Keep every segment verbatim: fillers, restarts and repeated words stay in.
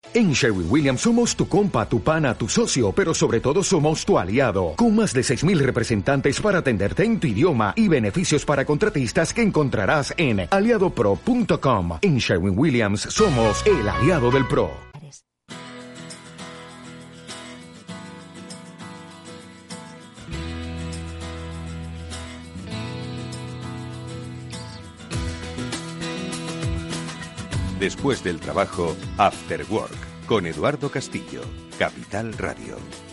En Sherwin-Williams somos tu compa, tu pana, tu socio, pero sobre todo somos tu aliado, con más de seis mil representantes para atenderte en tu idioma y beneficios para contratistas que encontrarás en aliado pro punto com. En Sherwin-Williams somos el aliado del pro. Después del trabajo, After Work, con Eduardo Castillo, Capital Radio.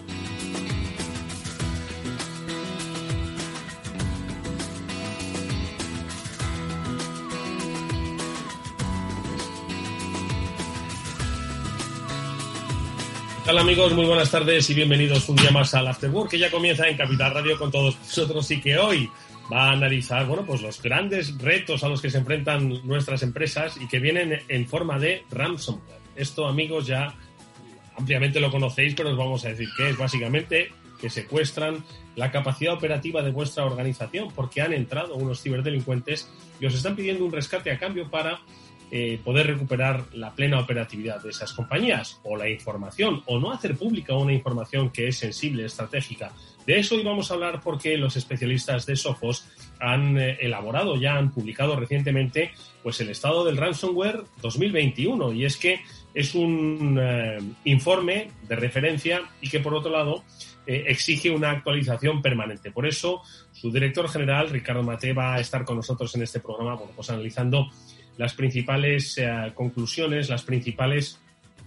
Hola amigos, muy buenas tardes y bienvenidos un día más al After Work, que ya comienza en Capital Radio con todos nosotros y que hoy va a analizar, bueno, pues los grandes retos a los que se enfrentan nuestras empresas y que vienen en forma de ransomware. Esto, amigos, ya ampliamente lo conocéis, pero os vamos a decir que es básicamente que secuestran la capacidad operativa de vuestra organización porque han entrado unos ciberdelincuentes y os están pidiendo un rescate a cambio para eh, poder recuperar la plena operatividad de esas compañías o la información, o no hacer pública una información que es sensible, estratégica. De eso hoy vamos a hablar porque los especialistas de Sophos han eh, elaborado, ya han publicado recientemente, pues el estado del ransomware dos mil veintiuno, y es que es un eh, informe de referencia y que por otro lado eh, exige una actualización permanente. Por eso su director general, Ricardo Maté, va a estar con nosotros en este programa, bueno, pues analizando las principales eh, conclusiones, las principales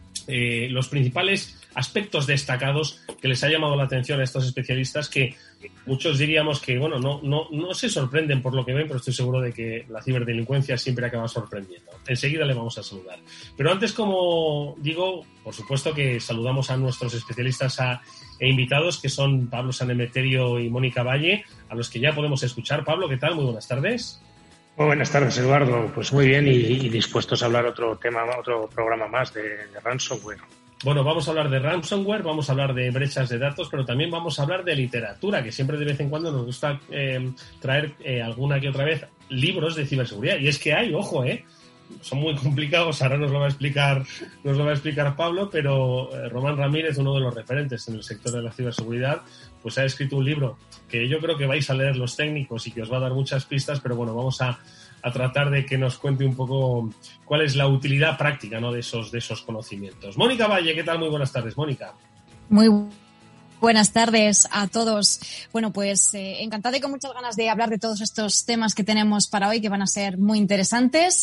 Eh, los principales aspectos destacados que les ha llamado la atención a estos especialistas, que muchos diríamos que, bueno, no, no, no se sorprenden por lo que ven, pero estoy seguro de que la ciberdelincuencia siempre acaba sorprendiendo. Enseguida le vamos a saludar. Pero antes, como digo, por supuesto que saludamos a nuestros especialistas a, e invitados, que son Pablo Sanemeterio y Mónica Valle, a los que ya podemos escuchar. Pablo, ¿qué tal? Muy buenas tardes. Muy buenas tardes, Eduardo. Pues muy bien y, y dispuestos a hablar otro tema, otro programa más de, de ransomware. Bueno, vamos a hablar de ransomware, vamos a hablar de brechas de datos, pero también vamos a hablar de literatura, que siempre de vez en cuando nos gusta eh, traer eh, alguna que otra vez libros de ciberseguridad. Y es que hay, ojo, eh, son muy complicados. Ahora nos lo va a explicar, nos lo va a explicar Pablo, pero eh, Román Ramírez, uno de los referentes en el sector de la ciberseguridad, pues ha escrito un libro que yo creo que vais a leer los técnicos y que os va a dar muchas pistas, pero bueno, vamos a, a tratar de que nos cuente un poco cuál es la utilidad práctica, ¿no?, de esos, de esos conocimientos. Mónica Valle, ¿qué tal? Muy buenas tardes, Mónica. Muy buenas tardes a todos. Bueno, pues eh, encantada y con muchas ganas de hablar de todos estos temas que tenemos para hoy, que van a ser muy interesantes.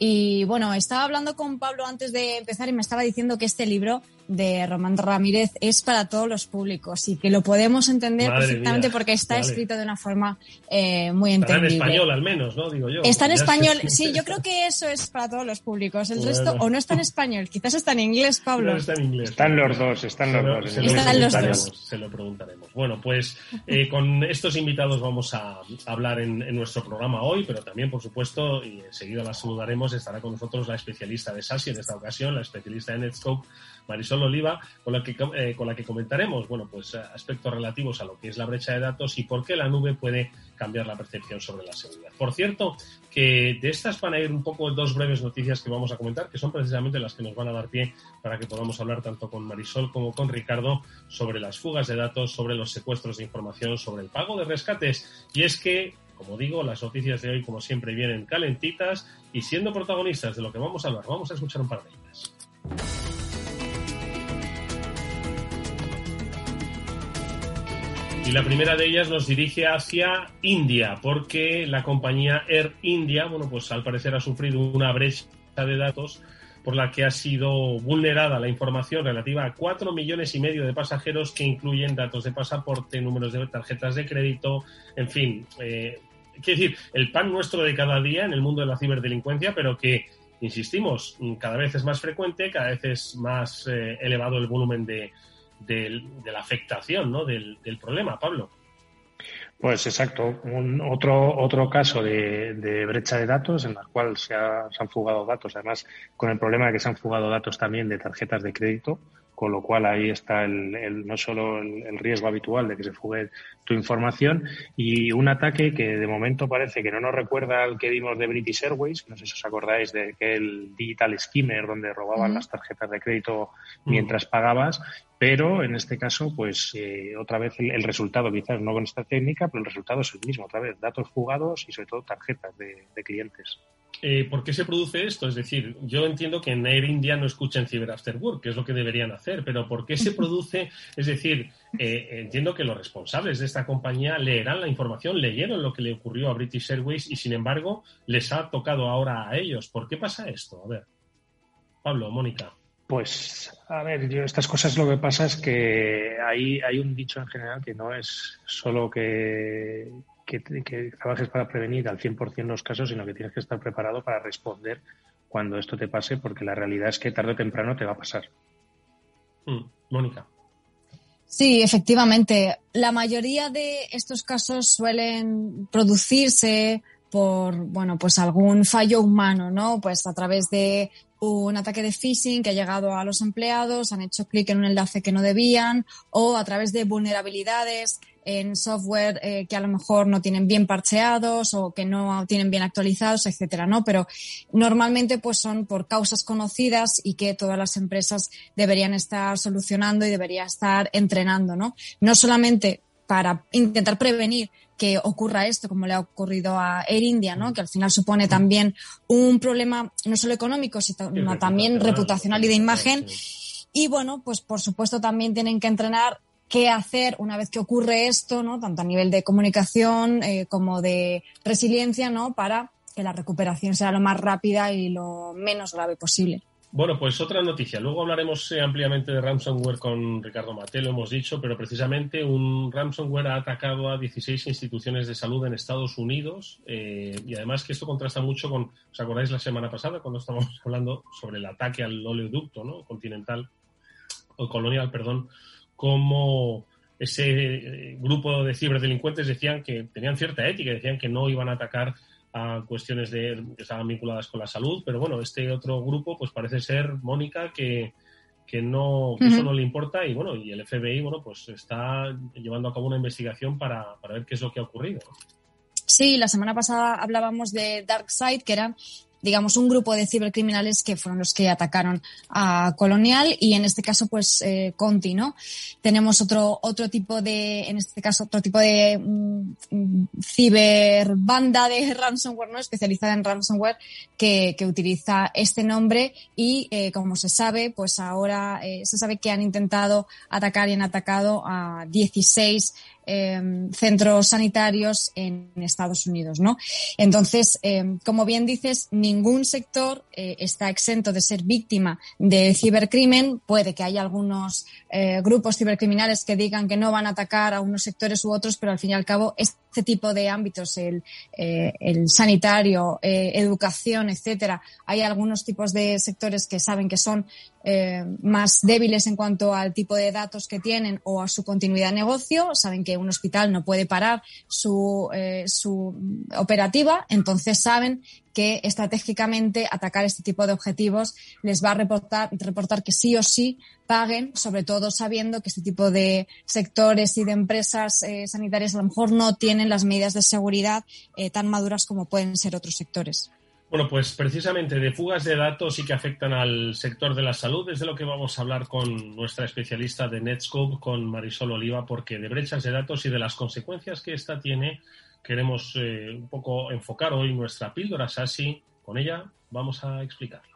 Y bueno, estaba hablando con Pablo antes de empezar y me estaba diciendo que este libro de Román Ramírez es para todos los públicos y que lo podemos entender Madre perfectamente mía. Porque está vale. escrito de una forma eh, muy entendible. Está en español al menos, ¿no? Digo yo. Está en español, sí, yo creo que eso es para todos los públicos. El bueno. resto o no está en español, quizás está en inglés, Pablo. No está en inglés. Están los dos, están los dos. Se lo, están los dos. Se lo preguntaremos. Bueno, pues eh, con estos invitados vamos a, a hablar en, en nuestro programa hoy, pero también, por supuesto, y enseguida la saludaremos, estará con nosotros la especialista de SASE en esta ocasión, la especialista de Netscope, Marisol Oliva, con la que eh, con la que comentaremos, bueno, pues aspectos relativos a lo que es la brecha de datos y por qué la nube puede cambiar la percepción sobre la seguridad. Por cierto, que de estas van a ir un poco dos breves noticias que vamos a comentar, que son precisamente las que nos van a dar pie para que podamos hablar tanto con Marisol como con Ricardo sobre las fugas de datos, sobre los secuestros de información, sobre el pago de rescates. Y es que, como digo, las noticias de hoy, como siempre, vienen calentitas y siendo protagonistas de lo que vamos a hablar. Vamos a escuchar un par de ellas. Y la primera de ellas nos dirige hacia India, porque la compañía Air India, bueno, pues al parecer ha sufrido una brecha de datos por la que ha sido vulnerada la información relativa a cuatro millones y medio de pasajeros, que incluyen datos de pasaporte, números de tarjetas de crédito, en fin, eh, quiero decir, el pan nuestro de cada día en el mundo de la ciberdelincuencia, pero que, insistimos, cada vez es más frecuente, cada vez es más eh, elevado el volumen de De, de la afectación, ¿no?, del, del problema, Pablo. Pues exacto, un otro otro caso de, de brecha de datos en la cual se, ha, se han fugado datos, además con el problema de que se han fugado datos también de tarjetas de crédito, con lo cual ahí está el, el, no solo el, el riesgo habitual de que se fugue tu información y un ataque que de momento parece que no nos recuerda al que vimos de British Airways, no sé si os acordáis de aquel digital skimmer donde robaban uh-huh. las tarjetas de crédito mientras uh-huh. pagabas, pero en este caso pues eh, otra vez el, el resultado, quizás no con esta técnica, pero el resultado es el mismo, otra vez datos fugados y sobre todo tarjetas de, de clientes. Eh, ¿Por qué se produce esto? Es decir, yo entiendo que en Air India no escuchan Cyber After Work, que es lo que deberían hacer, pero ¿por qué se produce? Es decir, eh, entiendo que los responsables de esta compañía leerán la información, leyeron lo que le ocurrió a British Airways y, sin embargo, les ha tocado ahora a ellos. ¿Por qué pasa esto? A ver, Pablo, Mónica. Pues, a ver, yo estas cosas lo que pasa es que hay, hay un dicho en general que no es solo que... Que, que trabajes para prevenir al cien por ciento los casos, sino que tienes que estar preparado para responder cuando esto te pase, porque la realidad es que tarde o temprano te va a pasar. Mm, Mónica. Sí, efectivamente. La mayoría de estos casos suelen producirse por, bueno, pues algún fallo humano, ¿no? Pues a través de un ataque de phishing que ha llegado a los empleados, han hecho clic en un enlace que no debían, o a través de vulnerabilidades en software eh, que a lo mejor no tienen bien parcheados o que no tienen bien actualizados, etcétera, ¿no? Pero normalmente pues son por causas conocidas y que todas las empresas deberían estar solucionando y deberían estar entrenando, ¿no? No solamente para intentar prevenir que ocurra esto, como le ha ocurrido a Air India, ¿no? Que al final supone también un problema no solo económico, sino sí, también reputacional y de imagen. Sí. Y bueno, pues por supuesto también tienen que entrenar qué hacer una vez que ocurre esto, ¿no? Tanto a nivel de comunicación eh, como de resiliencia, ¿no? Para que la recuperación sea lo más rápida y lo menos grave posible. Bueno, pues otra noticia. Luego hablaremos eh, ampliamente de ransomware con Ricardo Maté, lo hemos dicho, pero precisamente un ransomware ha atacado a dieciséis instituciones de salud en Estados Unidos eh, y además que esto contrasta mucho con, ¿os acordáis la semana pasada cuando estábamos hablando sobre el ataque al oleoducto, ¿no? Continental, o Colonial, perdón, como ese eh, grupo de ciberdelincuentes decían que tenían cierta ética, decían que no iban a atacar a cuestiones de, que estaban vinculadas con la salud, pero bueno, este otro grupo pues parece ser, Mónica, que, que no que uh-huh. eso no le importa y bueno, y el F B I bueno pues está llevando a cabo una investigación para, para ver qué es lo que ha ocurrido. Sí, la semana pasada hablábamos de DarkSide, que eran digamos, un grupo de cibercriminales que fueron los que atacaron a Colonial y en este caso, pues, eh, Conti, ¿no? Tenemos otro, otro tipo de, en este caso, otro tipo de mm, ciberbanda de ransomware, ¿no? Especializada en ransomware que, que utiliza este nombre y, eh, como se sabe, pues ahora eh, se sabe que han intentado atacar y han atacado a dieciséis Eh, centros sanitarios en Estados Unidos, ¿no? Entonces, eh, como bien dices, ningún sector eh, está exento de ser víctima de cibercrimen. Puede que haya algunos eh, grupos cibercriminales que digan que no van a atacar a unos sectores u otros, pero al fin y al cabo este tipo de ámbitos, el, eh, el sanitario, eh, educación, etcétera, hay algunos tipos de sectores que saben que son eh, más débiles en cuanto al tipo de datos que tienen o a su continuidad de negocio, saben que un hospital no puede parar su, eh, su operativa, entonces saben que estratégicamente atacar este tipo de objetivos les va a reportar, reportar que sí o sí paguen, sobre todo sabiendo que este tipo de sectores y de empresas eh, sanitarias a lo mejor no tienen las medidas de seguridad eh, tan maduras como pueden ser otros sectores. Bueno, pues precisamente de fugas de datos y que afectan al sector de la salud es de lo que vamos a hablar con nuestra especialista de Netscope, con Marisol Oliva, porque de brechas de datos y de las consecuencias que esta tiene queremos eh, un poco enfocar hoy nuestra píldora SASI. Con ella vamos a explicarlo.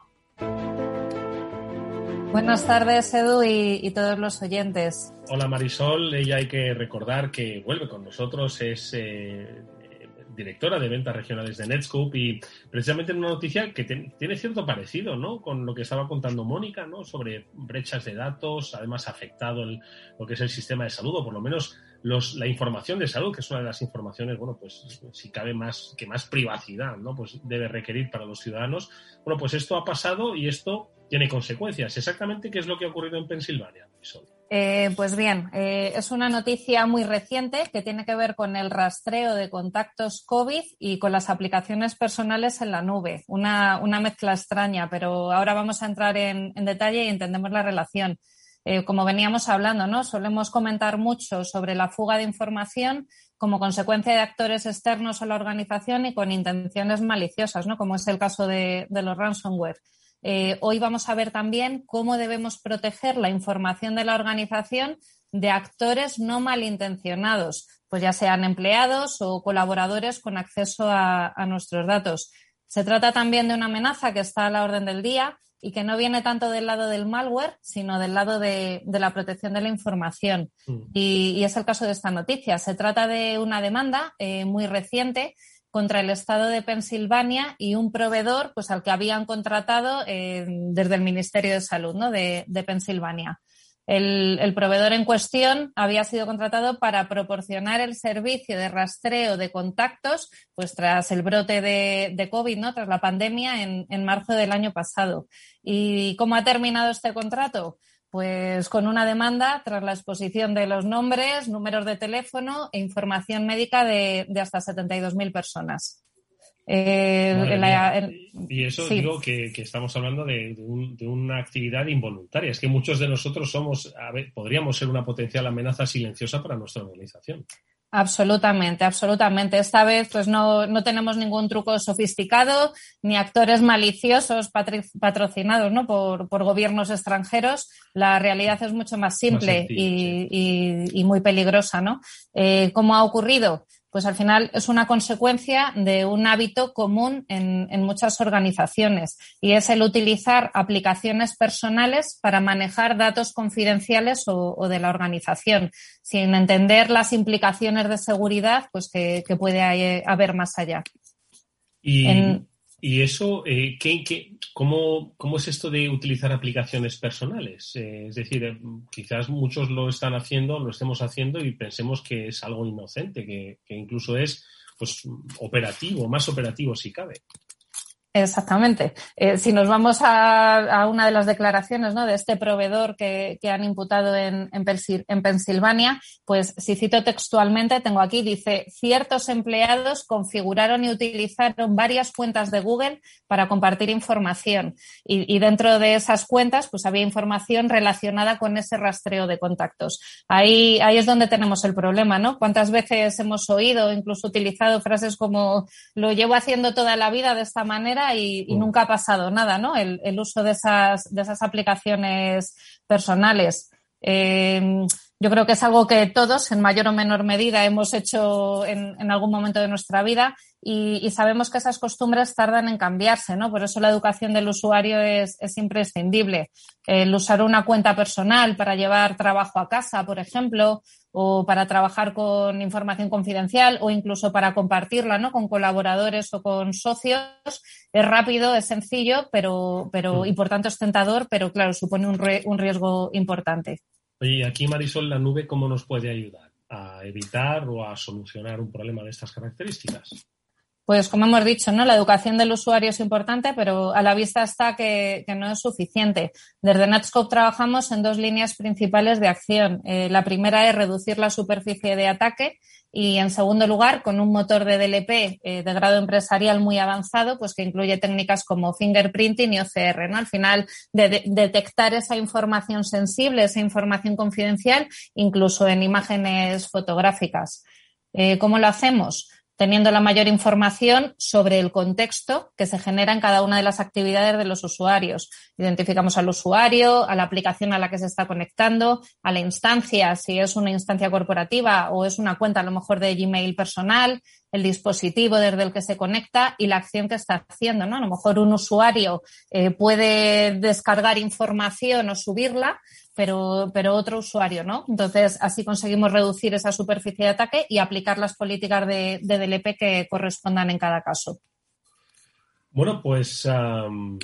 Buenas tardes, Edu, y, y todos los oyentes. Hola, Marisol. Ella hay que recordar que vuelve con nosotros, es eh, directora de ventas regionales de Netscope y precisamente en una noticia que te, tiene cierto parecido, ¿no?, con lo que estaba contando Mónica, ¿no?, sobre brechas de datos, además ha afectado el, lo que es el sistema de salud, o por lo menos los, la información de salud, que es una de las informaciones, bueno, pues si cabe más que más privacidad, ¿no?, pues debe requerir para los ciudadanos. Bueno, pues esto ha pasado y esto tiene consecuencias. ¿Exactamente qué es lo que ha ocurrido en Pensilvania, Marisol? Eh, pues bien, eh, es una noticia muy reciente que tiene que ver con el rastreo de contactos COVID y con las aplicaciones personales en la nube. Una, una mezcla extraña, pero ahora vamos a entrar en, en detalle y entendemos la relación. Eh, como veníamos hablando, ¿no? Solemos comentar mucho sobre la fuga de información como consecuencia de actores externos a la organización y con intenciones maliciosas, ¿no? Como es el caso de, de los ransomware. Eh, hoy vamos a ver también cómo debemos proteger la información de la organización de actores no malintencionados, pues ya sean empleados o colaboradores con acceso a, a nuestros datos. Se trata también de una amenaza que está a la orden del día y que no viene tanto del lado del malware, sino del lado de, de la protección de la información. Mm. Y, y es el caso de esta noticia. Se trata de una demanda eh, muy reciente contra el estado de Pensilvania y un proveedor pues, al que habían contratado eh, desde el Ministerio de Salud, ¿no? de, de Pensilvania. El, el proveedor en cuestión había sido contratado para proporcionar el servicio de rastreo de contactos pues tras el brote de, de COVID, ¿no? Tras la pandemia en, en marzo del año pasado. ¿Y cómo ha terminado este contrato? Pues con una demanda tras la exposición de los nombres, números de teléfono e información médica de, de hasta setenta y dos mil personas. Eh, en la, en, y eso sí. digo que, que estamos hablando de, de, un, de una actividad involuntaria. Es que muchos de nosotros somos, a ver, podríamos ser una potencial amenaza silenciosa para nuestra organización. Absolutamente, absolutamente. Esta vez pues no, no tenemos ningún truco sofisticado ni actores maliciosos patri- patrocinados, ¿no? por, por gobiernos extranjeros. La realidad es mucho más simple más sencillo, y, sí. y, y muy peligrosa, ¿no? Eh, ¿Cómo ha ocurrido? Pues al final es una consecuencia de un hábito común en, en muchas organizaciones y es el utilizar aplicaciones personales para manejar datos confidenciales o, o de la organización, sin entender las implicaciones de seguridad pues que, que puede haber más allá. Y, en... y eso, eh, ¿qué, qué, cómo, ¿cómo es esto de utilizar aplicaciones personales? Eh, es decir, eh, quizás muchos lo están haciendo, lo estemos haciendo y pensemos que es algo inocente, que, que incluso es pues operativo, más operativo si cabe. Exactamente. Eh, si nos vamos a, a una de las declaraciones, ¿no? de este proveedor que, que han imputado en, en, Pensil, en Pensilvania, pues si cito textualmente, tengo aquí, dice, ciertos empleados configuraron y utilizaron varias cuentas de Google para compartir información y, y dentro de esas cuentas pues había información relacionada con ese rastreo de contactos. Ahí, ahí es donde tenemos el problema, ¿no? ¿Cuántas veces hemos oído, incluso utilizado frases como lo llevo haciendo toda la vida de esta manera y, y nunca ha pasado nada, ¿no? El, el uso de esas, de esas aplicaciones personales. Eh, yo creo que es algo que todos, en mayor o menor medida, hemos hecho en, en algún momento de nuestra vida y, y sabemos que esas costumbres tardan en cambiarse, ¿no? Por eso la educación del usuario es, es imprescindible. El usar una cuenta personal para llevar trabajo a casa, por ejemplo, o para trabajar con información confidencial o incluso para compartirla, ¿no? con colaboradores o con socios, es rápido, es sencillo, pero, pero y por tanto es tentador, pero claro, supone un, re, un riesgo importante. Oye, aquí Marisol, la nube, ¿cómo nos puede ayudar a evitar o a solucionar un problema de estas características? Pues como hemos dicho, ¿no? La educación del usuario es importante, pero a la vista está que, que no es suficiente. Desde Netscope trabajamos en dos líneas principales de acción. Eh, la primera es reducir la superficie de ataque y, en segundo lugar, con un motor de D L P eh, de grado empresarial muy avanzado, pues que incluye técnicas como fingerprinting y O C R, ¿no? Al final, de, de detectar esa información sensible, esa información confidencial, incluso en imágenes fotográficas. Eh, ¿Cómo lo hacemos? Teniendo la mayor información sobre el contexto que se genera en cada una de las actividades de los usuarios. Identificamos al usuario, a la aplicación a la que se está conectando, a la instancia, si es una instancia corporativa o es una cuenta a lo mejor de Gmail personal, el dispositivo desde el que se conecta y la acción que está haciendo, ¿no? A lo mejor un usuario eh, puede descargar información o subirla, pero, pero otro usuario no. Entonces, así conseguimos reducir esa superficie de ataque y aplicar las políticas de, de D L P que correspondan en cada caso. Bueno, pues um,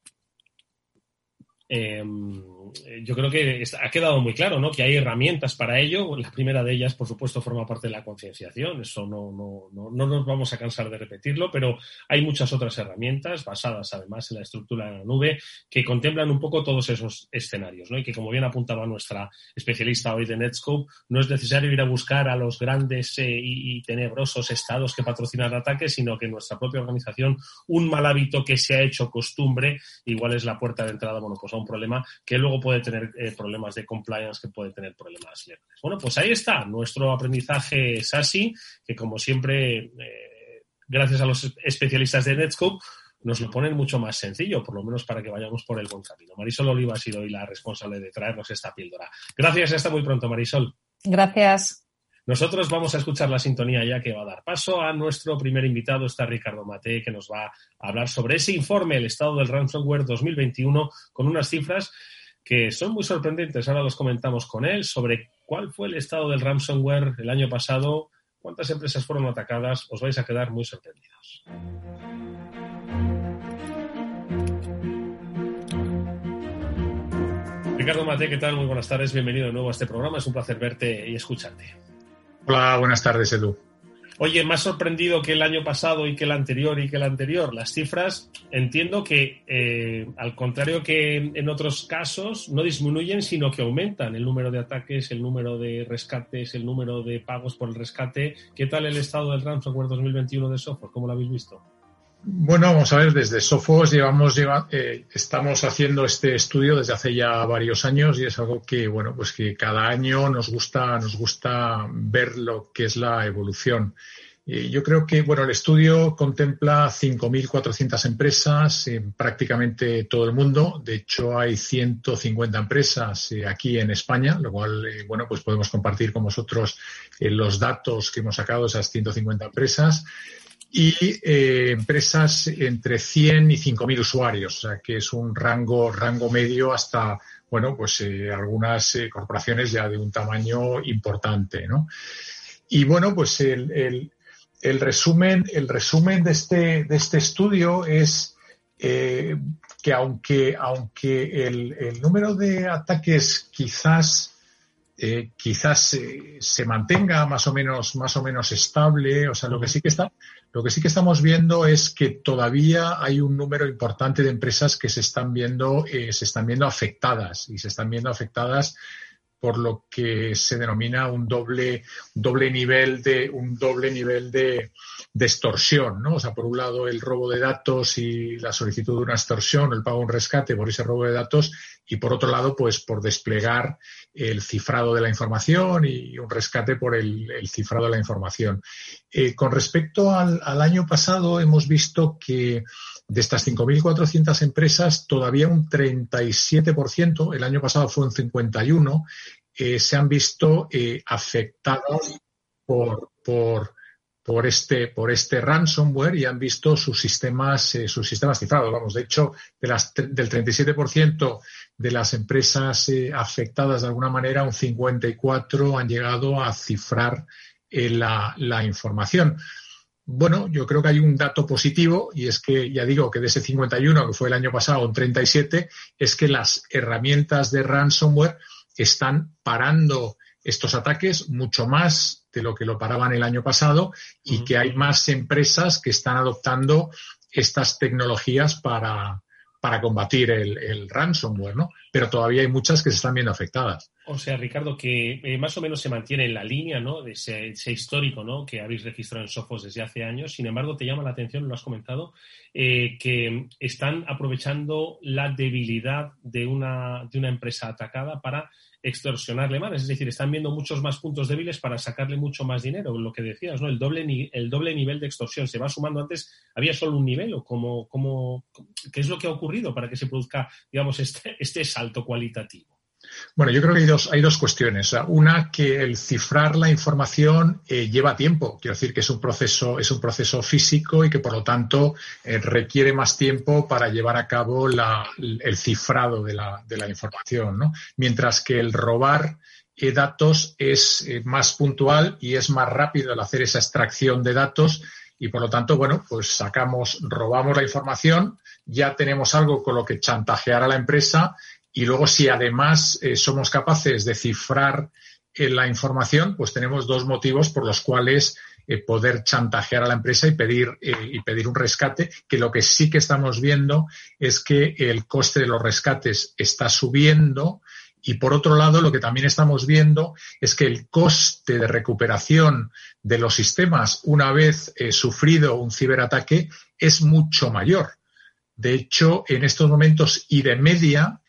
eh, yo creo que ha quedado muy claro, ¿no? Que hay herramientas para ello. La primera de ellas, por supuesto, forma parte de la concienciación. Eso no, no, no, no nos vamos a cansar de repetirlo, pero hay muchas otras herramientas basadas, además, en la estructura de la nube que contemplan un poco todos esos escenarios, ¿no? Y que, como bien apuntaba nuestra especialista hoy de Netscope, no es necesario ir a buscar a los grandes eh, y, y tenebrosos estados que patrocinan ataques, sino que en nuestra propia organización un mal hábito que se ha hecho costumbre igual es la puerta de entrada, bueno, pues a un problema que luego puede tener eh, problemas de compliance, que puede tener problemas legales. Bueno, pues ahí está nuestro aprendizaje S A S I, que como siempre, eh, gracias a los especialistas de Netscope, nos lo ponen mucho más sencillo, por lo menos para que vayamos por el buen camino. Marisol Oliva ha sido hoy la responsable de traernos esta píldora. Gracias y hasta muy pronto, Marisol. Gracias. Nosotros vamos a escuchar la sintonía ya que va a dar paso a nuestro primer invitado. Está Ricardo Maté, que nos va a hablar sobre ese informe, el estado del ransomware dos mil veintiuno, con unas cifras que son muy sorprendentes. Ahora los comentamos con él sobre cuál fue el estado del ransomware el año pasado, cuántas empresas fueron atacadas. Os vais a quedar muy sorprendidos. Ricardo Maté, ¿qué tal? Muy buenas tardes, bienvenido de nuevo a este programa, es un placer verte y escucharte. Hola, buenas tardes, Edu. Oye, más sorprendido que el año pasado y que el anterior y que el anterior. Las cifras, entiendo que, eh, al contrario que en otros casos, no disminuyen, sino que aumentan el número de ataques, el número de rescates, el número de pagos por el rescate. ¿Qué tal el estado del ransomware dos mil veintiuno de Sophos? ¿Cómo lo habéis visto? Bueno, vamos a ver, desde Sophos llevamos, lleva, eh, estamos haciendo este estudio desde hace ya varios años y es algo que, bueno, pues que cada año nos gusta, nos gusta ver lo que es la evolución. Eh, yo creo que, bueno, el estudio contempla cinco mil cuatrocientas empresas en prácticamente todo el mundo. De hecho, hay ciento cincuenta empresas eh, aquí en España, lo cual, eh, bueno, pues podemos compartir con vosotros eh, los datos que hemos sacado de esas ciento cincuenta empresas. Y eh, empresas entre cien y cinco mil usuarios, o sea que es un rango rango medio hasta, bueno, pues eh, algunas eh, corporaciones ya de un tamaño importante, ¿no? Y bueno, pues el, el, el resumen el resumen de este de este estudio es eh, que aunque aunque el, el número de ataques quizás Eh, quizás eh, se mantenga más o menos más o menos estable, o sea, lo que sí que está lo que sí que estamos viendo es que todavía hay un número importante de empresas que se están viendo eh, se están viendo afectadas y se están viendo afectadas por lo que se denomina un doble doble nivel de un doble nivel de, de extorsión, ¿no? O sea, por un lado el robo de datos y la solicitud de una extorsión, el pago de un rescate por ese robo de datos, y por otro lado, pues por desplegar el cifrado de la información y un rescate por el, el cifrado de la información. Eh, con respecto al, al año pasado, hemos visto que de estas cinco mil cuatrocientas empresas, todavía un treinta y siete por ciento, el año pasado fue un cincuenta y uno por ciento, eh, se han visto eh, afectados por, por, por, este, por este ransomware y han visto sus sistemas, eh, sus sistemas cifrados. Vamos, de hecho, de las, del treinta y siete por ciento de las empresas eh, afectadas de alguna manera, un cincuenta y cuatro por ciento han llegado a cifrar eh, la, la información. Bueno, yo creo que hay un dato positivo y es que, ya digo, que de ese cincuenta y uno, que fue el año pasado, un treinta y siete, es que las herramientas de ransomware están parando estos ataques mucho más de lo que lo paraban el año pasado y uh-huh. que hay más empresas que están adoptando estas tecnologías para, para combatir el, el ransomware, ¿no? Pero todavía hay muchas que se están viendo afectadas. O sea, Ricardo, que eh, más o menos se mantiene en la línea, ¿no?, de ese, ese histórico, ¿no?, que habéis registrado en Sophos desde hace años. Sin embargo, te llama la atención, lo has comentado, eh, que están aprovechando la debilidad de una, de una empresa atacada para extorsionarle más. Es decir, están viendo muchos más puntos débiles para sacarle mucho más dinero. Lo que decías, ¿no?, el doble, ni, el doble nivel de extorsión. ¿Se va sumando? Antes había solo un nivel, o cómo, cómo, ¿qué es lo que ha ocurrido para que se produzca, digamos, este, este salto cualitativo? Bueno, yo creo que hay dos, hay dos cuestiones. Una, que el cifrar la información eh, lleva tiempo. Quiero decir que es un proceso, es un proceso físico y que, por lo tanto, eh, requiere más tiempo para llevar a cabo la, el cifrado de la, de la información, ¿no? Mientras que el robar eh, datos es eh, más puntual y es más rápido el hacer esa extracción de datos y, por lo tanto, bueno, pues sacamos, robamos la información, ya tenemos algo con lo que chantajear a la empresa. Y luego, si además eh, somos capaces de cifrar eh, la información, pues tenemos dos motivos por los cuales eh, poder chantajear a la empresa y pedir eh, y pedir un rescate, que lo que sí que estamos viendo es que el coste de los rescates está subiendo y, por otro lado, lo que también estamos viendo es que el coste de recuperación de los sistemas una vez eh, sufrido un ciberataque es mucho mayor. De hecho, en estos momentos y de media,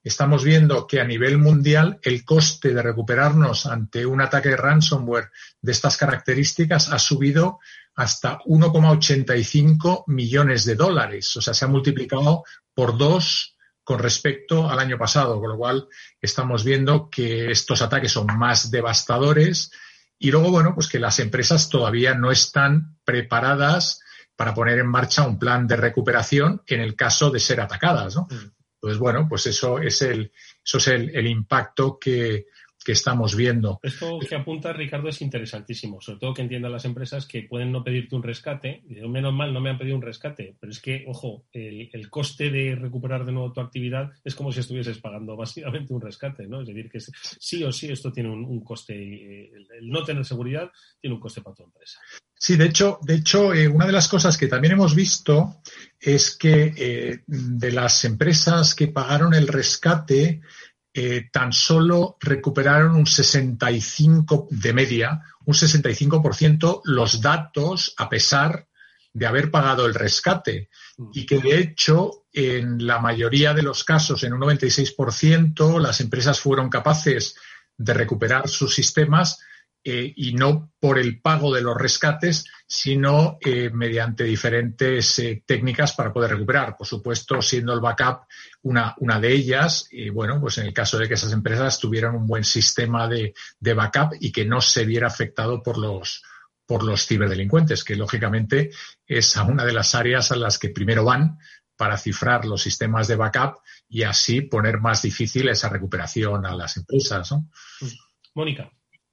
estamos viendo que a nivel mundial el coste de recuperarnos ante un ataque de ransomware de estas características ha subido hasta uno coma ochenta y cinco millones de dólares. O sea, se ha multiplicado por dos con respecto al año pasado, con lo cual estamos viendo que estos ataques son más devastadores y luego, bueno, pues que las empresas todavía no están preparadas para poner en marcha un plan de recuperación en el caso de ser atacadas, ¿no? Mm. Entonces, bueno, pues eso es el, eso es el, el impacto que, que estamos viendo. Esto que apunta Ricardo es interesantísimo, sobre todo que entiendan las empresas que pueden no pedirte un rescate. Y digo, menos mal, no me han pedido un rescate, pero es que, ojo, el, el coste de recuperar de nuevo tu actividad es como si estuvieses pagando básicamente un rescate, ¿no? Es decir, que sí o sí esto tiene un, un coste, el, el no tener seguridad tiene un coste para tu empresa. Sí, de hecho, de hecho eh, una de las cosas que también hemos visto es que eh, de las empresas que pagaron el rescate, eh, tan solo recuperaron un sesenta y cinco de media, un sesenta y cinco por ciento los datos a pesar de haber pagado el rescate y que de hecho en la mayoría de los casos, en un noventa y seis por ciento, las empresas fueron capaces de recuperar sus sistemas. Eh, y no por el pago de los rescates, sino eh, mediante diferentes eh, técnicas para poder recuperar. Por supuesto, siendo el backup una, una de ellas, y bueno, pues en el caso de que esas empresas tuvieran un buen sistema de, de backup y que no se viera afectado por los, por los ciberdelincuentes, que lógicamente es a una de las áreas a las que primero van para cifrar los sistemas de backup y así poner más difícil esa recuperación a las empresas, ¿no? Mónica.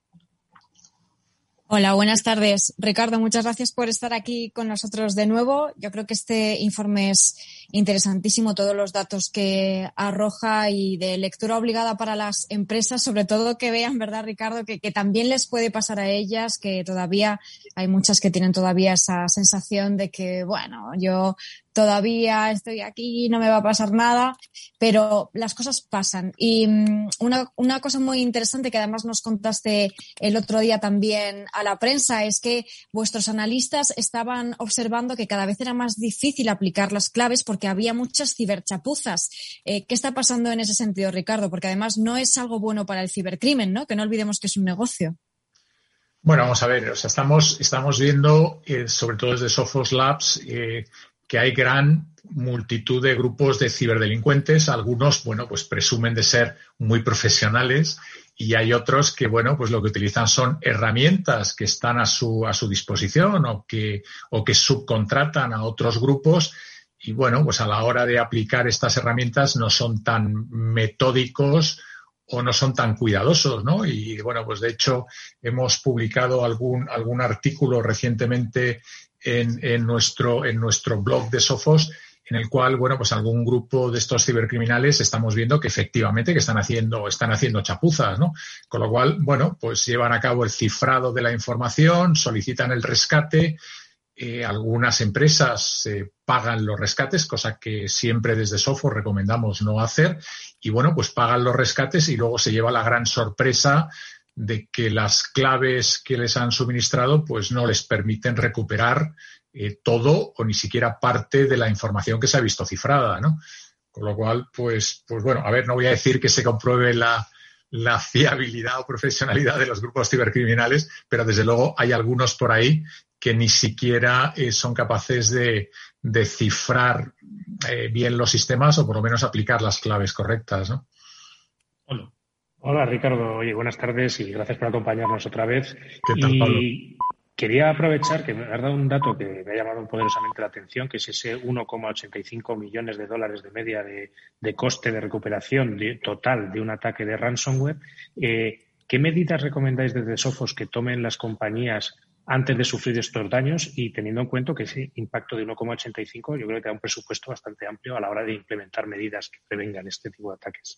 Hola, buenas tardes. Ricardo, muchas gracias por estar aquí con nosotros de nuevo. Yo creo que este informe es interesantísimo, todos los datos que arroja y de lectura obligada para las empresas, sobre todo que vean, ¿verdad, Ricardo?, que, que también les puede pasar a ellas, que todavía hay muchas que tienen todavía esa sensación de que, bueno, yo todavía estoy aquí, no me va a pasar nada, pero las cosas pasan. Y una, una cosa muy interesante que además nos contaste el otro día también a la prensa es que vuestros analistas estaban observando que cada vez era más difícil aplicar las claves porque había muchas ciberchapuzas. Eh, ¿Qué está pasando en ese sentido, Ricardo? Porque además no es algo bueno para el cibercrimen, ¿no? Que no olvidemos que es un negocio. Bueno, vamos a ver, o sea, estamos, estamos viendo, eh, sobre todo desde Sophos Labs, eh, que hay gran multitud de grupos de ciberdelincuentes. Algunos, bueno, pues presumen de ser muy profesionales y hay otros que, bueno, pues lo que utilizan son herramientas que están a su, a su disposición o que, o que subcontratan a otros grupos y, bueno, pues a la hora de aplicar estas herramientas no son tan metódicos o no son tan cuidadosos, ¿no? Y, bueno, pues de hecho hemos publicado algún, algún artículo recientemente En, en nuestro en nuestro blog de Sophos, en el cual, bueno, pues algún grupo de estos cibercriminales estamos viendo que efectivamente que están haciendo están haciendo chapuzas, ¿no? Con lo cual, bueno, pues llevan a cabo el cifrado de la información, solicitan el rescate, eh, algunas empresas eh, pagan los rescates, cosa que siempre desde Sophos recomendamos no hacer, y bueno, pues pagan los rescates y luego se lleva la gran sorpresa de que las claves que les han suministrado pues no les permiten recuperar eh, todo o ni siquiera parte de la información que se ha visto cifrada, ¿no? Con lo cual, pues, pues bueno, a ver, no voy a decir que se compruebe la, la fiabilidad o profesionalidad de los grupos cibercriminales, pero desde luego hay algunos por ahí que ni siquiera eh, son capaces de, de cifrar eh, bien los sistemas o por lo menos aplicar las claves correctas, ¿no? Hola. Hola, Ricardo. Oye, buenas tardes y gracias por acompañarnos otra vez. ¿Qué tal, Pablo? Y quería aprovechar que me has dado un dato que me ha llamado poderosamente la atención, que es ese uno coma ochenta y cinco millones de dólares de media de, de coste de recuperación de, total de un ataque de ransomware. Eh, ¿Qué medidas recomendáis desde Sophos que tomen las compañías antes de sufrir estos daños y teniendo en cuenta que ese impacto de uno coma ochenta y cinco yo creo que da un presupuesto bastante amplio a la hora de implementar medidas que prevengan este tipo de ataques?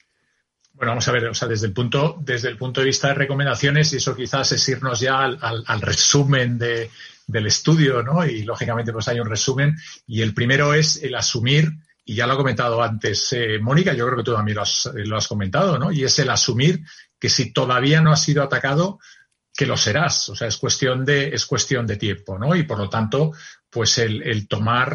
Bueno, vamos a ver, o sea, desde el punto, desde el punto de vista de recomendaciones, y eso quizás es irnos ya al, al, al resumen de, del estudio, ¿no? Y lógicamente pues hay un resumen, y el primero es el asumir, y ya lo ha comentado antes eh, Mónica, yo creo que tú también lo has, lo has comentado, ¿no? Y es el asumir que si todavía no has sido atacado, que lo serás, o sea, es cuestión de, es cuestión de tiempo, ¿no? Y por lo tanto, pues el, el tomar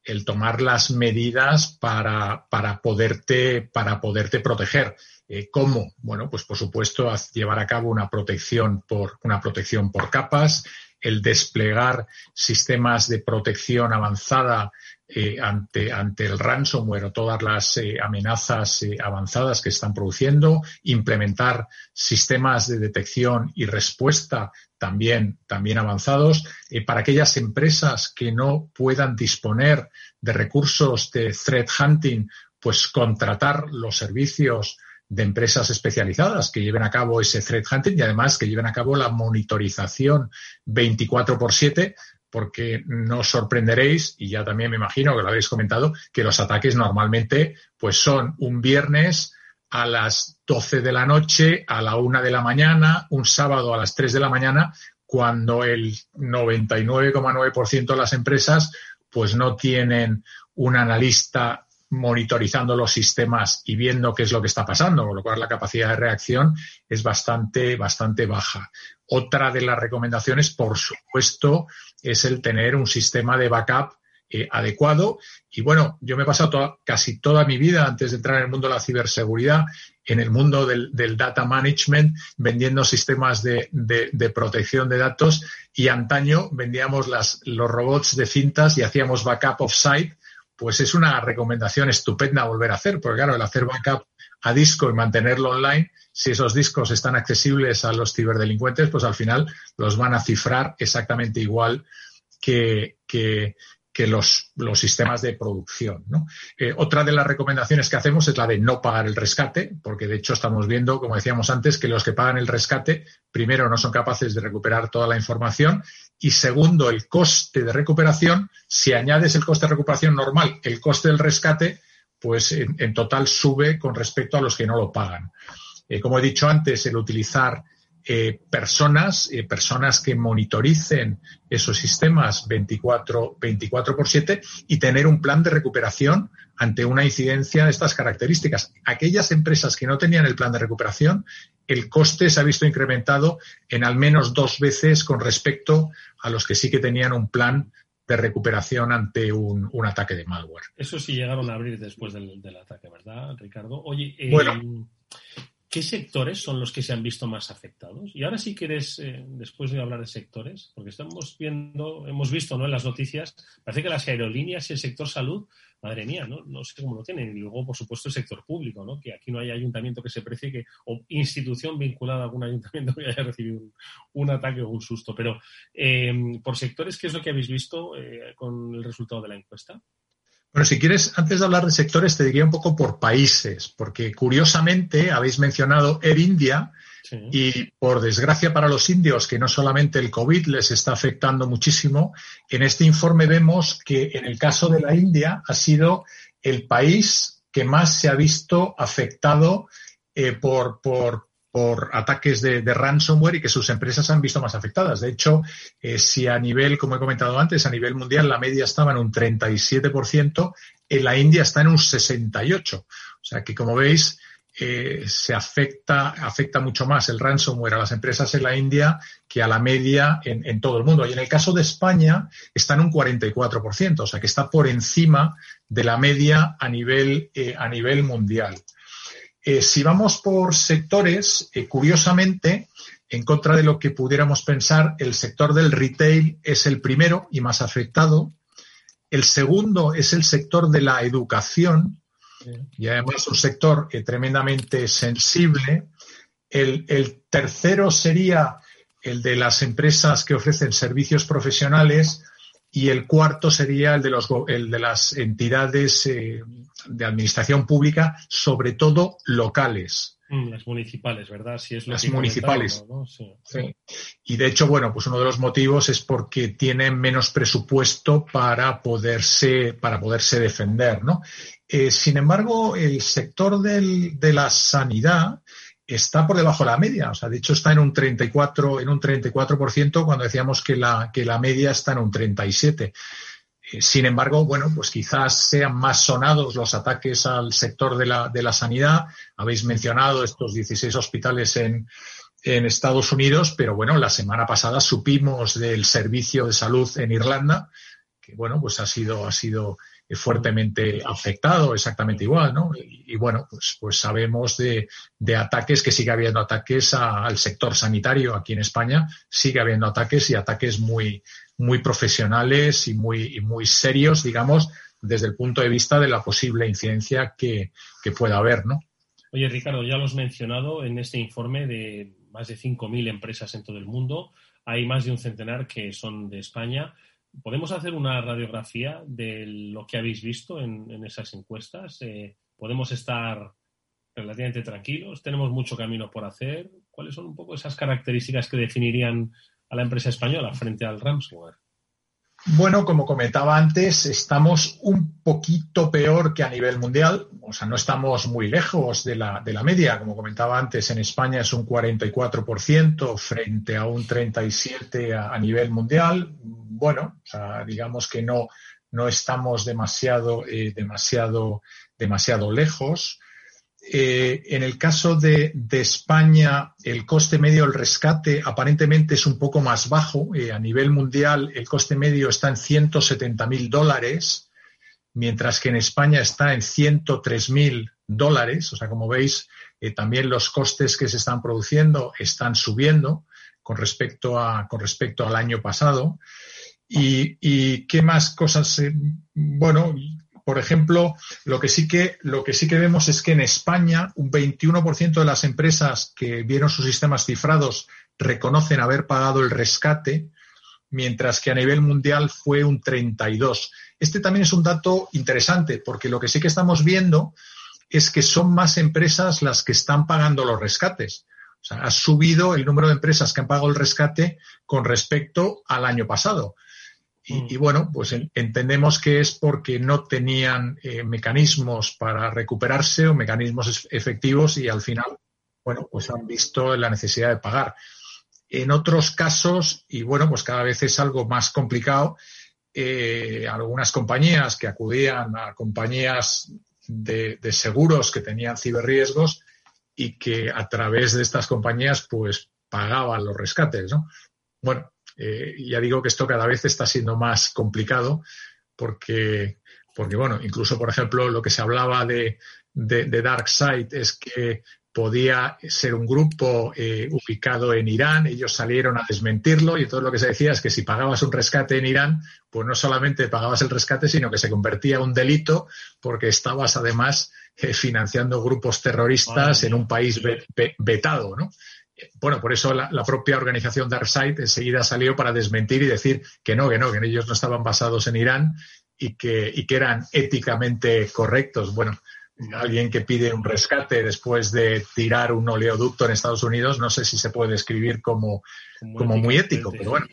el tomar las medidas para, para poderte, para poderte proteger. Eh, ¿Cómo? Bueno, pues por supuesto llevar a cabo una protección por, una protección por capas, el desplegar sistemas de protección avanzada eh, ante, ante el ransomware o todas las eh, amenazas eh, avanzadas que están produciendo, implementar sistemas de detección y respuesta también, también avanzados. Eh, para aquellas empresas que no puedan disponer de recursos de threat hunting, pues contratar los servicios de empresas especializadas que lleven a cabo ese threat hunting y además que lleven a cabo la monitorización veinticuatro por siete, porque no os sorprenderéis, y ya también me imagino que lo habéis comentado, que los ataques normalmente pues son un viernes a las doce de la noche, a la una de la mañana, un sábado a las tres de la mañana, cuando el noventa y nueve coma nueve por ciento de las empresas pues no tienen un analista monitorizando los sistemas y viendo qué es lo que está pasando, con lo cual la capacidad de reacción es bastante, bastante baja. Otra de las recomendaciones, por supuesto, es el tener un sistema de backup eh, adecuado. Y bueno, yo me he pasado toda, casi toda mi vida, antes de entrar en el mundo de la ciberseguridad, en el mundo del, del data management, vendiendo sistemas de, de, de protección de datos, y antaño vendíamos las, los robots de cintas y hacíamos backup off-site. Pues es una recomendación estupenda volver a hacer, porque claro, el hacer backup a disco y mantenerlo online, si esos discos están accesibles a los ciberdelincuentes, pues al final los van a cifrar exactamente igual que, que, que los, los sistemas de producción, ¿no? Eh, otra de las recomendaciones que hacemos es la de no pagar el rescate, porque de hecho estamos viendo, como decíamos antes, que los que pagan el rescate, primero, no son capaces de recuperar toda la información, y segundo, el coste de recuperación, si añades el coste de recuperación normal, el coste del rescate, pues en, en total sube con respecto a los que no lo pagan. Eh, como he dicho antes, el utilizar eh, personas, eh, personas que monitoricen esos sistemas veinticuatro por siete y tener un plan de recuperación ante una incidencia de estas características. Aquellas empresas que no tenían el plan de recuperación, el coste se ha visto incrementado en al menos dos veces con respecto a los que sí que tenían un plan de recuperación ante un, un ataque de malware. Eso sí llegaron a abrir después del, del ataque, ¿verdad, Ricardo? Oye, eh, bueno, ¿qué sectores son los que se han visto más afectados? Y ahora sí quieres, eh, después de hablar de sectores, porque estamos viendo, hemos visto, ¿no?, en las noticias, parece que las aerolíneas y el sector salud, madre mía, ¿no? No sé cómo lo tienen. Y luego, por supuesto, el sector público, ¿no? Que aquí no hay ayuntamiento que se precie que, o institución vinculada a algún ayuntamiento que haya recibido un, un ataque o un susto. Pero, eh, por sectores, ¿qué es lo que habéis visto eh, con el resultado de la encuesta? Bueno, si quieres, antes de hablar de sectores, te diría un poco por países, porque curiosamente habéis mencionado Air India, sí. Y por desgracia para los indios, que no solamente el COVID les está afectando muchísimo, en este informe vemos que en el caso de la India ha sido el país que más se ha visto afectado eh, por, por, por ataques de, de ransomware y que sus empresas han visto más afectadas. De hecho, eh, si a nivel, como he comentado antes, a nivel mundial la media estaba en un treinta y siete por ciento, en la India está en un sesenta y ocho por ciento. O sea que, como veis, eh, se afecta, afecta mucho más el ransomware a las empresas en la India que a la media en, en todo el mundo. Y en el caso de España está en un cuarenta y cuatro por ciento, o sea que está por encima de la media a nivel, eh, a nivel mundial. Eh, si vamos por sectores, eh, curiosamente, en contra de lo que pudiéramos pensar, el sector del retail es el primero y más afectado. El segundo es el sector de la educación, y además un sector eh, tremendamente sensible. El, el tercero sería el de las empresas que ofrecen servicios profesionales y el cuarto sería el de, los, el de las entidades eh, de administración pública, sobre todo locales. Las municipales, ¿verdad? Si es lo las que municipales. ¿no? Sí. Sí. Y de hecho, bueno, pues uno de los motivos es porque tienen menos presupuesto para poderse, para poderse defender, ¿no? Eh, sin embargo, el sector del, de la sanidad está por debajo de la media. O sea, de hecho está en un treinta y cuatro, en un treinta y cuatro por ciento cuando decíamos que la, que la media está en un treinta y siete por ciento. Sin embargo, bueno, pues quizás sean más sonados los ataques al sector de la, de la sanidad. Habéis mencionado estos dieciséis hospitales en, en Estados Unidos, pero bueno, la semana pasada supimos del servicio de salud en Irlanda, que bueno, pues ha sido, ha sido fuertemente afectado, exactamente igual, ¿no? Y, y bueno, pues, pues sabemos de, de ataques, que sigue habiendo ataques a, al sector sanitario aquí en España, sigue habiendo ataques y ataques muy, muy profesionales y muy, y muy serios, digamos, desde el punto de vista de la posible incidencia que, que pueda haber, ¿no? Oye, Ricardo, ya lo has mencionado en este informe de más de cinco mil empresas en todo el mundo. Hay más de un centenar que son de España. ¿Podemos hacer una radiografía de lo que habéis visto en, en esas encuestas? Eh, ¿Podemos estar relativamente tranquilos? ¿Tenemos mucho camino por hacer? ¿Cuáles son un poco esas características que definirían a la empresa española frente al ransomware? Bueno, como comentaba antes, estamos un poquito peor que a nivel mundial. O sea, no estamos muy lejos de la, de la media. Como comentaba antes, en España es un cuarenta y cuatro por ciento frente a un treinta y siete por ciento a, a nivel mundial. Bueno, o sea, digamos que no, no estamos demasiado, eh, demasiado, demasiado lejos. Eh, en el caso de, de España, el coste medio del rescate aparentemente es un poco más bajo. Eh, a nivel mundial, el coste medio está en ciento setenta mil dólares, mientras que en España está en ciento tres mil dólares. O sea, como veis, eh, también los costes que se están produciendo están subiendo con respecto a, con respecto al año pasado. Y, y qué más cosas, eh, bueno, por ejemplo, lo que sí que lo que sí que vemos es que en España un veintiuno por ciento de las empresas que vieron sus sistemas cifrados reconocen haber pagado el rescate, mientras que a nivel mundial fue un treinta y dos por ciento. Este también es un dato interesante, porque lo que sí que estamos viendo es que son más empresas las que están pagando los rescates. O sea, ha subido el número de empresas que han pagado el rescate con respecto al año pasado. Y, y bueno, pues en, entendemos que es porque no tenían eh, mecanismos para recuperarse o mecanismos efectivos y al final, bueno, pues han visto la necesidad de pagar. En otros casos, y bueno, pues cada vez es algo más complicado, eh, algunas compañías que acudían a compañías de, de seguros que tenían ciberriesgos y que a través de estas compañías pues pagaban los rescates, ¿no? Bueno, Eh, ya digo que esto cada vez está siendo más complicado porque, porque bueno, incluso, por ejemplo, lo que se hablaba de, de, de DarkSide es que podía ser un grupo eh, ubicado en Irán. Ellos salieron a desmentirlo y todo lo que se decía es que si pagabas un rescate en Irán, pues no solamente pagabas el rescate, sino que se convertía en un delito porque estabas además eh, financiando grupos terroristas Ay, en un país ve, ve, vetado, ¿no? Bueno, por eso la, la propia organización DarkSide enseguida salió para desmentir y decir que no, que no, que ellos no estaban basados en Irán y que, y que eran éticamente correctos. Bueno, alguien que pide un rescate después de tirar un oleoducto en Estados Unidos, no sé si se puede describir como, como, como muy ético, pero bueno.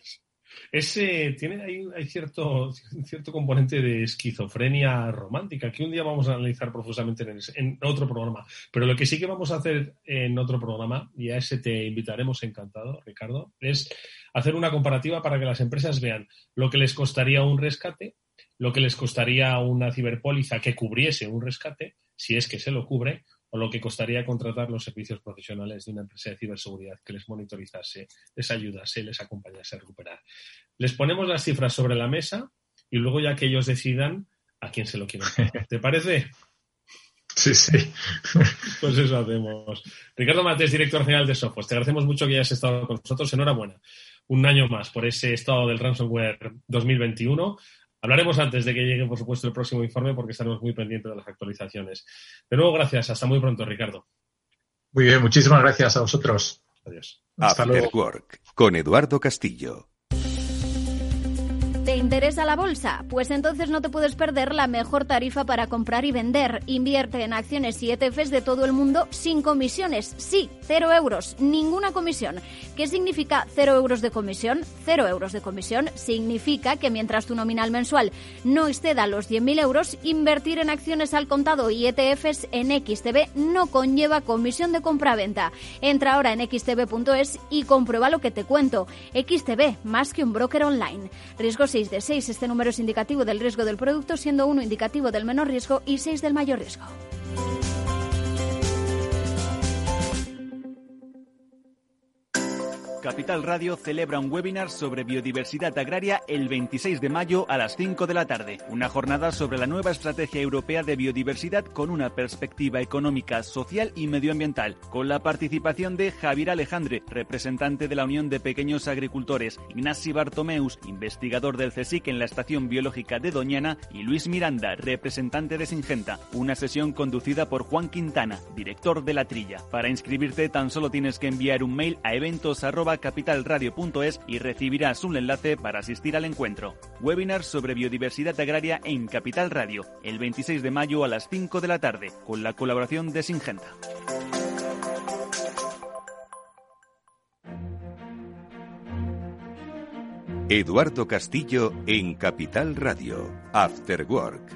Ese tiene ahí hay cierto, cierto componente de esquizofrenia romántica que un día vamos a analizar profusamente en, ese, en otro programa. Pero lo que sí que vamos a hacer en otro programa, y a ese te invitaremos encantado, Ricardo, es hacer una comparativa para que las empresas vean lo que les costaría un rescate, lo que les costaría una ciberpóliza que cubriese un rescate, si es que se lo cubre, o lo que costaría contratar los servicios profesionales de una empresa de ciberseguridad que les monitorizase, les ayudase, les acompañase a recuperar. Les ponemos las cifras sobre la mesa y luego ya que ellos decidan a quién se lo quieren pagar. ¿Te parece? Sí, sí. Pues eso hacemos. Ricardo Matés, director general de Sophos, te agradecemos mucho que hayas estado con nosotros. Enhorabuena. Un año más por ese estado del ransomware dos mil veintiuno. Hablaremos antes de que llegue, por supuesto, el próximo informe porque estaremos muy pendientes de las actualizaciones. De nuevo, gracias. Hasta muy pronto, Ricardo. Muy bien, muchísimas gracias a vosotros. Adiós. Hasta luego. After Work, con Eduardo Castillo. ¿Te interesa la bolsa? Pues entonces no te puedes perder la mejor tarifa para comprar y vender. Invierte en acciones y E T Fs de todo el mundo sin comisiones. Sí, cero euros, ninguna comisión. ¿Qué significa cero euros de comisión? Cero euros de comisión significa que mientras tu nominal mensual no exceda los diez mil euros, invertir en acciones al contado y E T Fs en X T B no conlleva comisión de compra-venta. Entra ahora en equis te be punto es y comprueba lo que te cuento. X T B, más que un broker online. Riesgo seis de seis. Este número es indicativo del riesgo del producto, siendo uno indicativo del menor riesgo y seis del mayor riesgo. Capital Radio celebra un webinar sobre biodiversidad agraria el veintiséis de mayo a las cinco de la tarde. Una jornada sobre la nueva estrategia europea de biodiversidad con una perspectiva económica, social y medioambiental. Con la participación de Javier Alejandre, representante de la Unión de Pequeños Agricultores, Ignasi Bartomeus, investigador del CSIC en la Estación Biológica de Doñana, y Luis Miranda, representante de Singenta. Una sesión conducida por Juan Quintana, director de La Trilla. Para inscribirte tan solo tienes que enviar un mail a eventos arroba capitalradio punto es y recibirás un enlace para asistir al encuentro. Webinar sobre biodiversidad agraria en Capital Radio, el veintiséis de mayo a las cinco de la tarde, con la colaboración de Singenta. Eduardo Castillo en Capital Radio, After Work.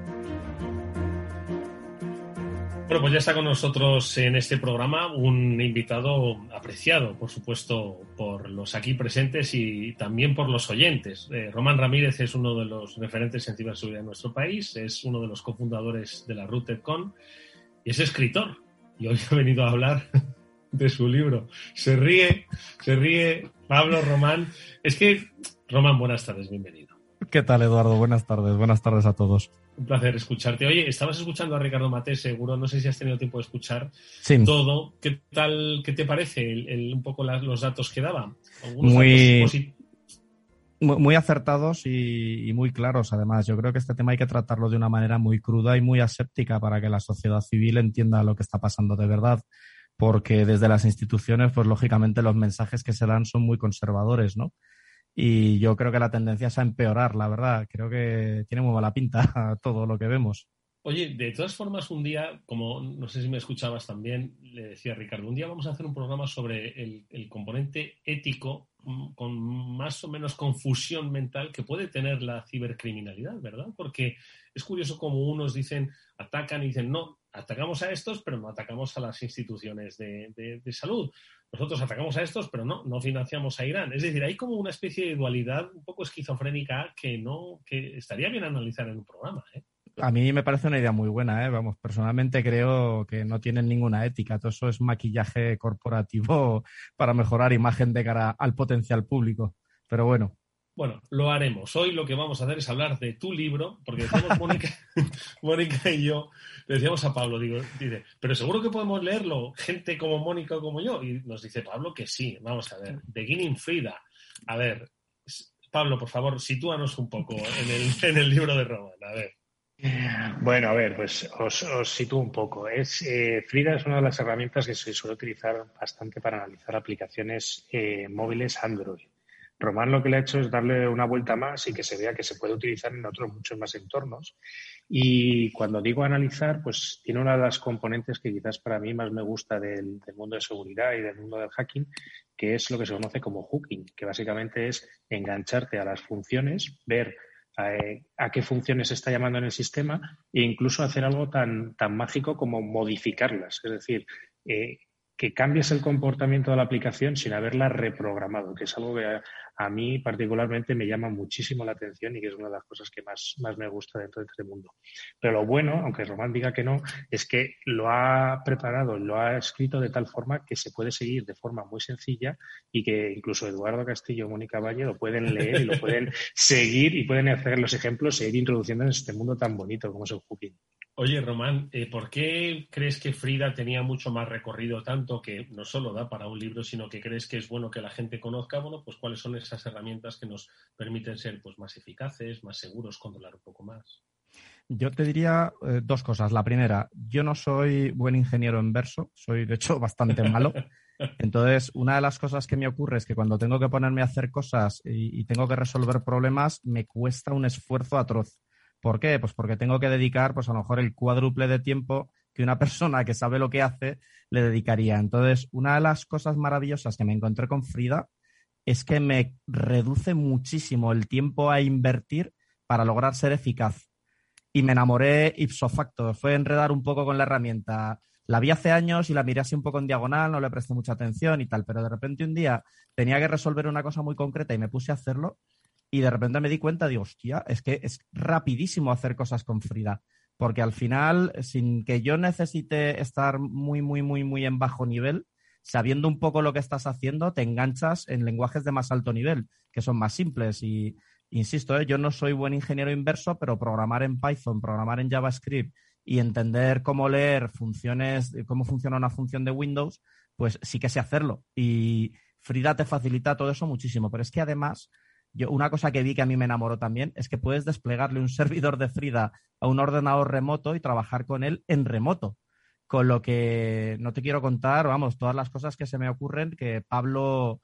Bueno, pues ya está con nosotros en este programa un invitado apreciado, por supuesto, por los aquí presentes y también por los oyentes. Eh, Román Ramírez es uno de los referentes en ciberseguridad en nuestro país, es uno de los cofundadores de la RootedCon y es escritor. Y hoy ha venido a hablar de su libro. Se ríe, se ríe Pablo, Román. Es que, Román, buenas tardes, bienvenido. ¿Qué tal, Eduardo? Buenas tardes, buenas tardes a todos. Un placer escucharte. Oye, estabas escuchando a Ricardo Maté, seguro, no sé si has tenido tiempo de escuchar sí. todo. ¿Qué tal, qué te parece el, el, un poco las, los datos que daba? Algunos muy, datos posit- muy, muy acertados y, y muy claros, además. Yo creo que este tema hay que tratarlo de una manera muy cruda y muy aséptica para que la sociedad civil entienda lo que está pasando de verdad, porque desde las instituciones, pues lógicamente los mensajes que se dan son muy conservadores, ¿no? Y yo creo que la tendencia es a empeorar, la verdad. Creo que tiene muy mala pinta todo lo que vemos. Oye, de todas formas, un día, como no sé si me escuchabas también, le decía a Ricardo, un día vamos a hacer un programa sobre el, el componente ético con más o menos confusión mental que puede tener la cibercriminalidad, ¿verdad? Porque es curioso como unos dicen, atacan y dicen, no, atacamos a estos, pero no atacamos a las instituciones de, de, de salud. Nosotros atacamos a estos, pero no, no financiamos a Irán. Es decir, hay como una especie de dualidad un poco esquizofrénica que no, que estaría bien analizar en un programa, ¿eh? A mí me parece una idea muy buena, ¿eh? Vamos, personalmente creo que no tienen ninguna ética. Todo eso es maquillaje corporativo para mejorar imagen de cara al potencial público. Pero bueno. Bueno, lo haremos. Hoy lo que vamos a hacer es hablar de tu libro, porque decíamos Mónica, Mónica y yo, le decíamos a Pablo, digo, dice, pero seguro que podemos leerlo, gente como Mónica o como yo. Y nos dice Pablo que sí. Vamos a ver, Beginning Frida. A ver, Pablo, por favor, sitúanos un poco en el, en el libro de Román. A ver. Bueno, a ver, pues os, os sitúo un poco. Es, eh, Frida es una de las herramientas que se suele utilizar bastante para analizar aplicaciones eh, móviles Android. Román lo que le ha hecho es darle una vuelta más y que se vea que se puede utilizar en otros muchos más entornos. Y cuando digo analizar, pues tiene una de las componentes que quizás para mí más me gusta del, del mundo de seguridad y del mundo del hacking, que es lo que se conoce como hooking, que básicamente es engancharte a las funciones, ver a qué funciones se está llamando en el sistema e incluso hacer algo tan, tan mágico como modificarlas. Es decir, eh, que cambies el comportamiento de la aplicación sin haberla reprogramado, que es algo que a, a mí particularmente me llama muchísimo la atención y que es una de las cosas que más, más me gusta dentro de este mundo. Pero lo bueno, aunque Román diga que no, es que lo ha preparado, lo ha escrito de tal forma que se puede seguir de forma muy sencilla y que incluso Eduardo Castillo y Mónica Valle lo pueden leer y lo pueden seguir y pueden hacer los ejemplos e ir introduciendo en este mundo tan bonito como es el hooking. Oye, Román, eh, ¿por qué crees que Frida tenía mucho más recorrido, tanto que no solo da para un libro, sino que crees que es bueno que la gente conozca, bueno, pues cuáles son esas herramientas que nos permiten ser pues más eficaces, más seguros, controlar un poco más? Yo te diría eh, dos cosas. La primera, yo no soy buen ingeniero en verso, soy de hecho bastante malo. Entonces, una de las cosas que me ocurre es que cuando tengo que ponerme a hacer cosas y, y tengo que resolver problemas, me cuesta un esfuerzo atroz. ¿Por qué? Pues porque tengo que dedicar, pues a lo mejor el cuádruple de tiempo que una persona que sabe lo que hace le dedicaría. Entonces, una de las cosas maravillosas que me encontré con Frida es que me reduce muchísimo el tiempo a invertir para lograr ser eficaz. Y me enamoré ipso facto. Fue enredar un poco con la herramienta. La vi hace años y la miré así un poco en diagonal, no le presté mucha atención y tal, pero de repente un día tenía que resolver una cosa muy concreta y me puse a hacerlo. Y de repente me di cuenta, digo, hostia, es que es rapidísimo hacer cosas con Frida. Porque al final, sin que yo necesite estar muy, muy, muy, muy en bajo nivel, sabiendo un poco lo que estás haciendo, te enganchas en lenguajes de más alto nivel, que son más simples. Y, insisto, ¿eh? yo no soy buen ingeniero inverso, pero programar en Python, programar en JavaScript y entender cómo leer funciones, cómo funciona una función de Windows, pues sí que sé hacerlo. Y Frida te facilita todo eso muchísimo. Pero es que además, yo una cosa que vi que a mí me enamoró también es que puedes desplegarle un servidor de Frida a un ordenador remoto y trabajar con él en remoto. Con lo que no te quiero contar, vamos, todas las cosas que se me ocurren, que Pablo,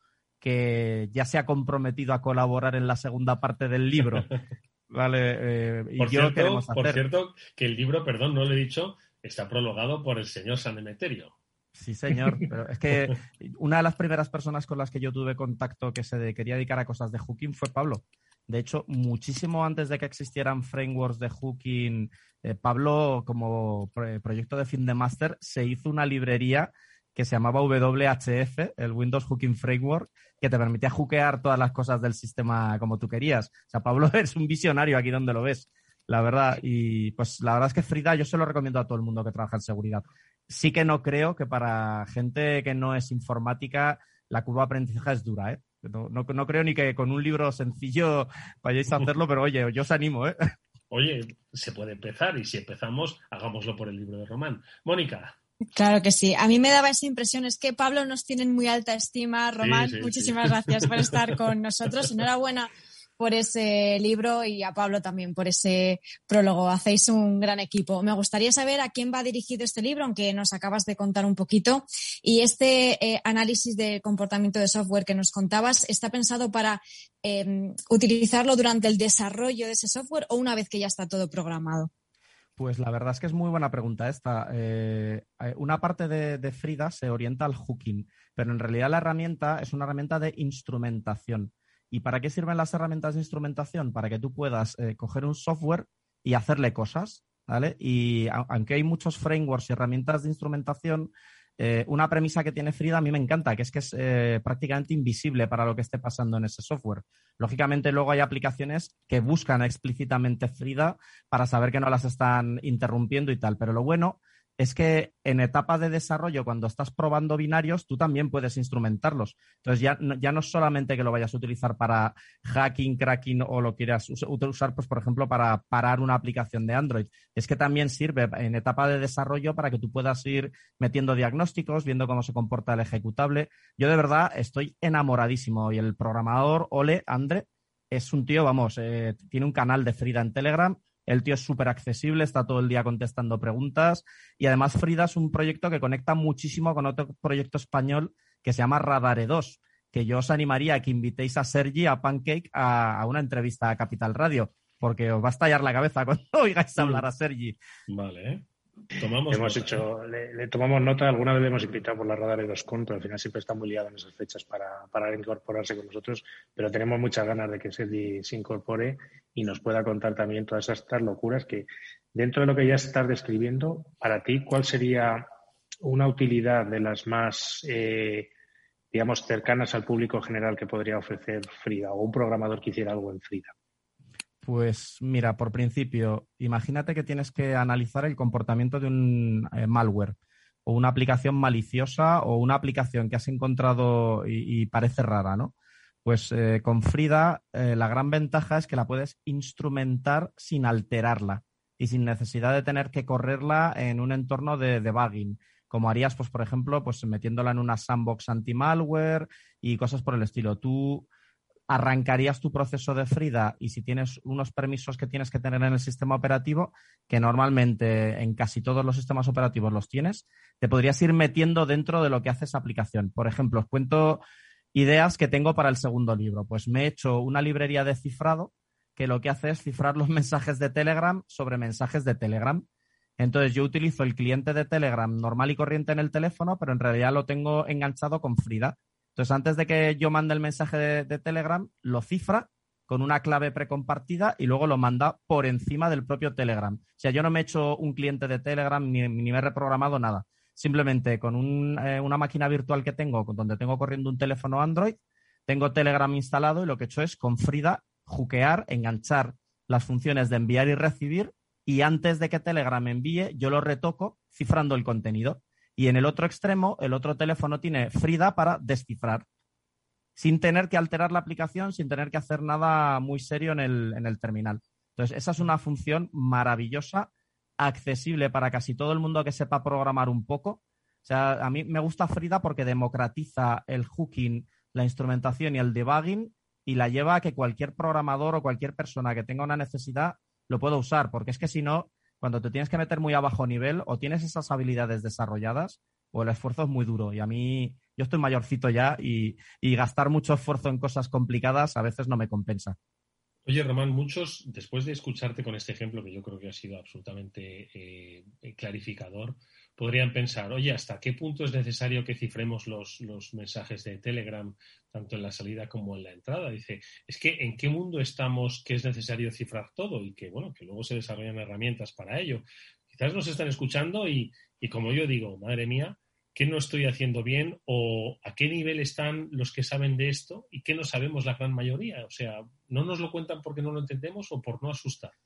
que ya se ha comprometido a colaborar en la segunda parte del libro, ¿vale? Eh, y por yo cierto, queremos hacer... Por cierto, que el libro, perdón, no lo he dicho, está prologado por el señor San Emeterio. Sí, señor, pero es que una de las primeras personas con las que yo tuve contacto que se quería dedicar a cosas de hooking fue Pablo. De hecho, muchísimo antes de que existieran frameworks de hooking, eh, Pablo, como pro- proyecto de fin de máster, se hizo una librería que se llamaba W H F, el Windows Hooking Framework, que te permitía hookear todas las cosas del sistema como tú querías. O sea, Pablo es un visionario aquí donde lo ves, la verdad. Y pues la verdad es que Frida yo se lo recomiendo a todo el mundo que trabaja en seguridad. Sí que no creo que para gente que no es informática la curva de aprendizaje es dura, ¿eh? No, no, no creo ni que con un libro sencillo vayáis a hacerlo, pero oye, yo os animo, ¿eh? Oye, se puede empezar y si empezamos, hagámoslo por el libro de Román. Mónica. Claro que sí. A mí me daba esa impresión, es que Pablo nos tiene en muy alta estima. Román, Sí, sí, muchísimas sí. gracias por estar con nosotros. Enhorabuena por ese libro y a Pablo también por ese prólogo. Hacéis un gran equipo. Me gustaría saber a quién va dirigido este libro, aunque nos acabas de contar un poquito. Y este eh, análisis de comportamiento de software que nos contabas, ¿está pensado para eh, utilizarlo durante el desarrollo de ese software o una vez que ya está todo programado? Pues la verdad es que es muy buena pregunta esta. Eh, una parte de, de Frida se orienta al hooking, pero en realidad la herramienta es una herramienta de instrumentación. ¿Y para qué sirven las herramientas de instrumentación? Para que tú puedas eh, coger un software y hacerle cosas, ¿vale? Y a, aunque hay muchos frameworks y herramientas de instrumentación, eh, una premisa que tiene Frida a mí me encanta, que es que es eh, prácticamente invisible para lo que esté pasando en ese software. Lógicamente, luego hay aplicaciones que buscan explícitamente Frida para saber que no las están interrumpiendo y tal, pero lo bueno es que en etapa de desarrollo, cuando estás probando binarios, tú también puedes instrumentarlos. Entonces, ya no, ya no es solamente que lo vayas a utilizar para hacking, cracking o lo quieras usar, pues, por ejemplo, para parar una aplicación de Android. Es que también sirve en etapa de desarrollo para que tú puedas ir metiendo diagnósticos, viendo cómo se comporta el ejecutable. Yo, de verdad, estoy enamoradísimo. Y el programador, Ole, Andre, es un tío, vamos, eh, tiene un canal de Frida en Telegram. El tío es súper accesible, está todo el día contestando preguntas y además Frida es un proyecto que conecta muchísimo con otro proyecto español que se llama Radare dos, que yo os animaría a que invitéis a Sergi, a Pancake, a, a una entrevista a Capital Radio, porque os va a estallar la cabeza cuando oigáis hablar a Sergi. Vale, ¿eh? Tomamos hemos nota, hecho, le, le tomamos nota, alguna vez le hemos invitado por la Radare dos Con, pero al final siempre está muy liado en esas fechas para, para incorporarse con nosotros, pero tenemos muchas ganas de que Sergi se incorpore y nos pueda contar también todas estas locuras que dentro de lo que ya estás describiendo, para ti, ¿cuál sería una utilidad de las más, eh, digamos, cercanas al público general que podría ofrecer Frida o un programador que hiciera algo en Frida? Pues mira, por principio, imagínate que tienes que analizar el comportamiento de un eh, malware o una aplicación maliciosa o una aplicación que has encontrado y, y parece rara, ¿no? Pues eh, con Frida eh, la gran ventaja es que la puedes instrumentar sin alterarla y sin necesidad de tener que correrla en un entorno de debugging, como harías, pues por ejemplo, pues metiéndola en una sandbox anti-malware y cosas por el estilo. Tú arrancarías tu proceso de Frida y si tienes unos permisos que tienes que tener en el sistema operativo, que normalmente en casi todos los sistemas operativos los tienes, te podrías ir metiendo dentro de lo que hace esa aplicación. Por ejemplo, os cuento ideas que tengo para el segundo libro. Pues me he hecho una librería de cifrado que lo que hace es cifrar los mensajes de Telegram sobre mensajes de Telegram. Entonces yo utilizo el cliente de Telegram normal y corriente en el teléfono, pero en realidad lo tengo enganchado con Frida. Entonces, antes de que yo mande el mensaje de, de Telegram, lo cifra con una clave precompartida y luego lo manda por encima del propio Telegram. O sea, yo no me he hecho un cliente de Telegram ni, ni me he reprogramado nada. Simplemente con un, eh, una máquina virtual que tengo, donde tengo corriendo un teléfono Android, tengo Telegram instalado y lo que he hecho es con Frida hookear, enganchar las funciones de enviar y recibir y antes de que Telegram envíe, yo lo retoco cifrando el contenido. Y en el otro extremo, el otro teléfono tiene Frida para descifrar, sin tener que alterar la aplicación, sin tener que hacer nada muy serio en el, en el terminal. Entonces, esa es una función maravillosa, accesible para casi todo el mundo que sepa programar un poco. O sea, a mí me gusta Frida porque democratiza el hooking, la instrumentación y el debugging y la lleva a que cualquier programador o cualquier persona que tenga una necesidad lo pueda usar, porque es que si no, cuando te tienes que meter muy a bajo nivel o tienes esas habilidades desarrolladas o el esfuerzo es muy duro. Y a mí, yo estoy mayorcito ya y, y gastar mucho esfuerzo en cosas complicadas a veces no me compensa. Oye, Román, muchos, después de escucharte con este ejemplo, que yo creo que ha sido absolutamente eh, clarificador, podrían pensar, oye, ¿hasta qué punto es necesario que cifremos los, los mensajes de Telegram, tanto en la salida como en la entrada? Dice, es que ¿en qué mundo estamos que es necesario cifrar todo? Y que, bueno, que luego se desarrollan herramientas para ello. Quizás nos están escuchando y, y como yo digo, madre mía, ¿qué no estoy haciendo bien? ¿O a qué nivel están los que saben de esto y qué no sabemos la gran mayoría? O sea, ¿no nos lo cuentan porque no lo entendemos o por no asustarnos?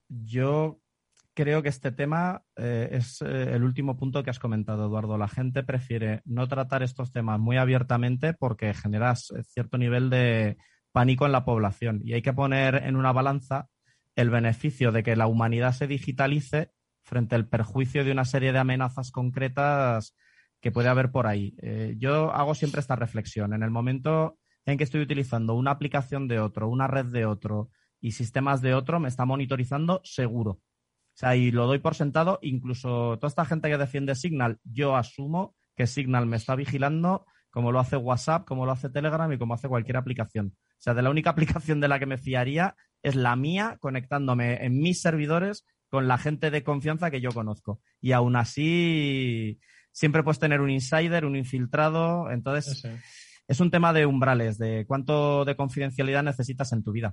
Yo creo que este tema eh, es eh, el último punto que has comentado, Eduardo. La gente prefiere no tratar estos temas muy abiertamente porque generas cierto nivel de pánico en la población y hay que poner en una balanza el beneficio de que la humanidad se digitalice frente al perjuicio de una serie de amenazas concretas que puede haber por ahí. Eh, yo hago siempre esta reflexión. En el momento en que estoy utilizando una aplicación de otro, una red de otro y sistemas de otro, me está monitorizando seguro. O sea, y lo doy por sentado. Incluso toda esta gente que defiende Signal, yo asumo que Signal me está vigilando como lo hace WhatsApp, como lo hace Telegram y como hace cualquier aplicación. O sea, de la única aplicación de la que me fiaría es la mía, conectándome en mis servidores con la gente de confianza que yo conozco. Y aún así, siempre puedes tener un insider, un infiltrado. Entonces, sí, sí. Es un tema de umbrales, de cuánto de confidencialidad necesitas en tu vida.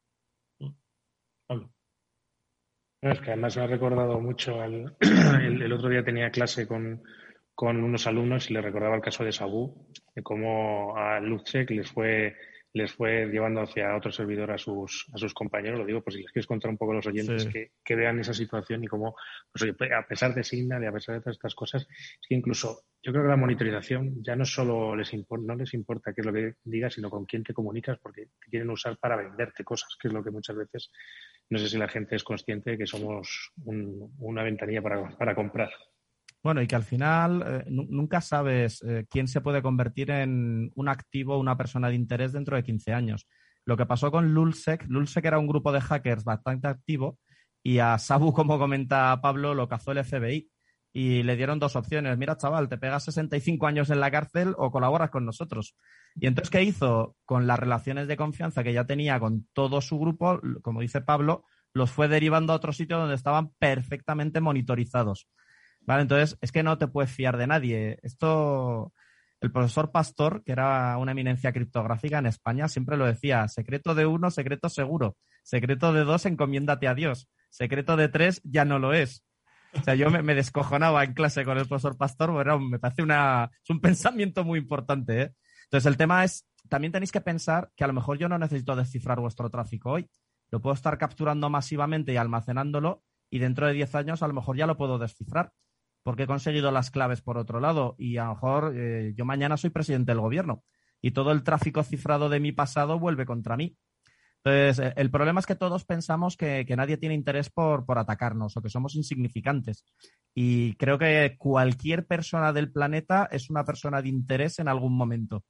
Pablo. No, es que además me ha recordado mucho. Al, el, el otro día tenía clase con, con unos alumnos y les recordaba el caso de Sabu, de cómo a LuzSec les fue... les fue llevando hacia otro servidor a sus a sus compañeros. Lo digo por si les quieres contar un poco a los oyentes, sí, que, que vean esa situación y cómo, pues, oye, a pesar de Signal y a pesar de todas estas cosas, es que incluso yo creo que la monitorización ya no solo les importa, no les importa qué es lo que digas, sino con quién te comunicas, porque te quieren usar para venderte cosas, que es lo que muchas veces, no sé si la gente es consciente de que somos un, una ventanilla para, para comprar. Bueno, y que al final eh, nunca sabes eh, quién se puede convertir en un activo, una persona de interés dentro de quince años. Lo que pasó con LulzSec, LulzSec era un grupo de hackers bastante activo y a Sabu, como comenta Pablo, lo cazó el F B I y le dieron dos opciones. Mira, chaval, te pegas sesenta y cinco años en la cárcel o colaboras con nosotros. Y entonces, ¿qué hizo? Con las relaciones de confianza que ya tenía con todo su grupo, como dice Pablo, los fue derivando a otro sitio donde estaban perfectamente monitorizados. Vale, entonces es que no te puedes fiar de nadie. Esto, el profesor Pastor, que era una eminencia criptográfica en España, siempre lo decía: secreto de uno, secreto seguro. Secreto de dos, encomiéndate a Dios. Secreto de tres, ya no lo es. O sea, yo me, me descojonaba en clase con el profesor Pastor, pero me parece una, es un pensamiento muy importante, ¿eh? Entonces el tema es, también tenéis que pensar que a lo mejor yo no necesito descifrar vuestro tráfico hoy. Lo puedo estar capturando masivamente y almacenándolo y dentro de diez años a lo mejor ya lo puedo descifrar, porque he conseguido las claves por otro lado y a lo mejor eh, yo mañana soy presidente del gobierno y todo el tráfico cifrado de mi pasado vuelve contra mí. Entonces, eh, el problema es que todos pensamos que, que nadie tiene interés por, por atacarnos o que somos insignificantes. Y creo que cualquier persona del planeta es una persona de interés en algún momento.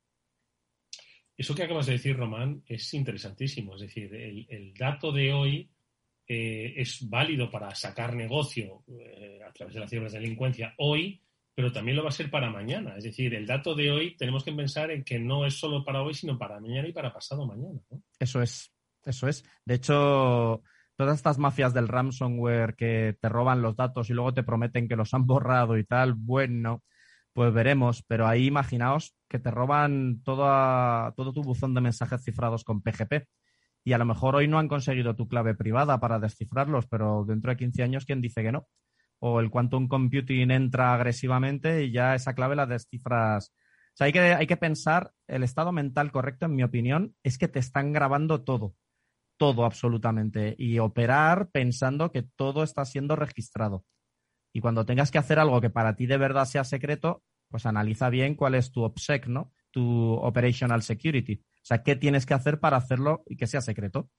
Eso que acabas de decir, Román, es interesantísimo. Es decir, el, el dato de hoy Eh, es válido para sacar negocio eh, a través de la ciberdelincuencia hoy, pero también lo va a ser para mañana. Es decir, el dato de hoy tenemos que pensar en que no es solo para hoy, sino para mañana y para pasado mañana, ¿no? Eso es, eso es. De hecho, todas estas mafias del ransomware que te roban los datos y luego te prometen que los han borrado y tal, bueno, pues veremos. Pero ahí imaginaos que te roban toda, todo tu buzón de mensajes cifrados con P G P. Y a lo mejor hoy no han conseguido tu clave privada para descifrarlos, pero dentro de quince años, ¿quién dice que no? O el quantum computing entra agresivamente y ya esa clave la descifras. O sea, hay que, hay que pensar, el estado mental correcto, en mi opinión, es que te están grabando todo, todo absolutamente, y operar pensando que todo está siendo registrado. Y cuando tengas que hacer algo que para ti de verdad sea secreto, pues analiza bien cuál es tu OPSEC, ¿no? Tu Operational Security. O sea, ¿qué tienes que hacer para hacerlo y que sea secreto?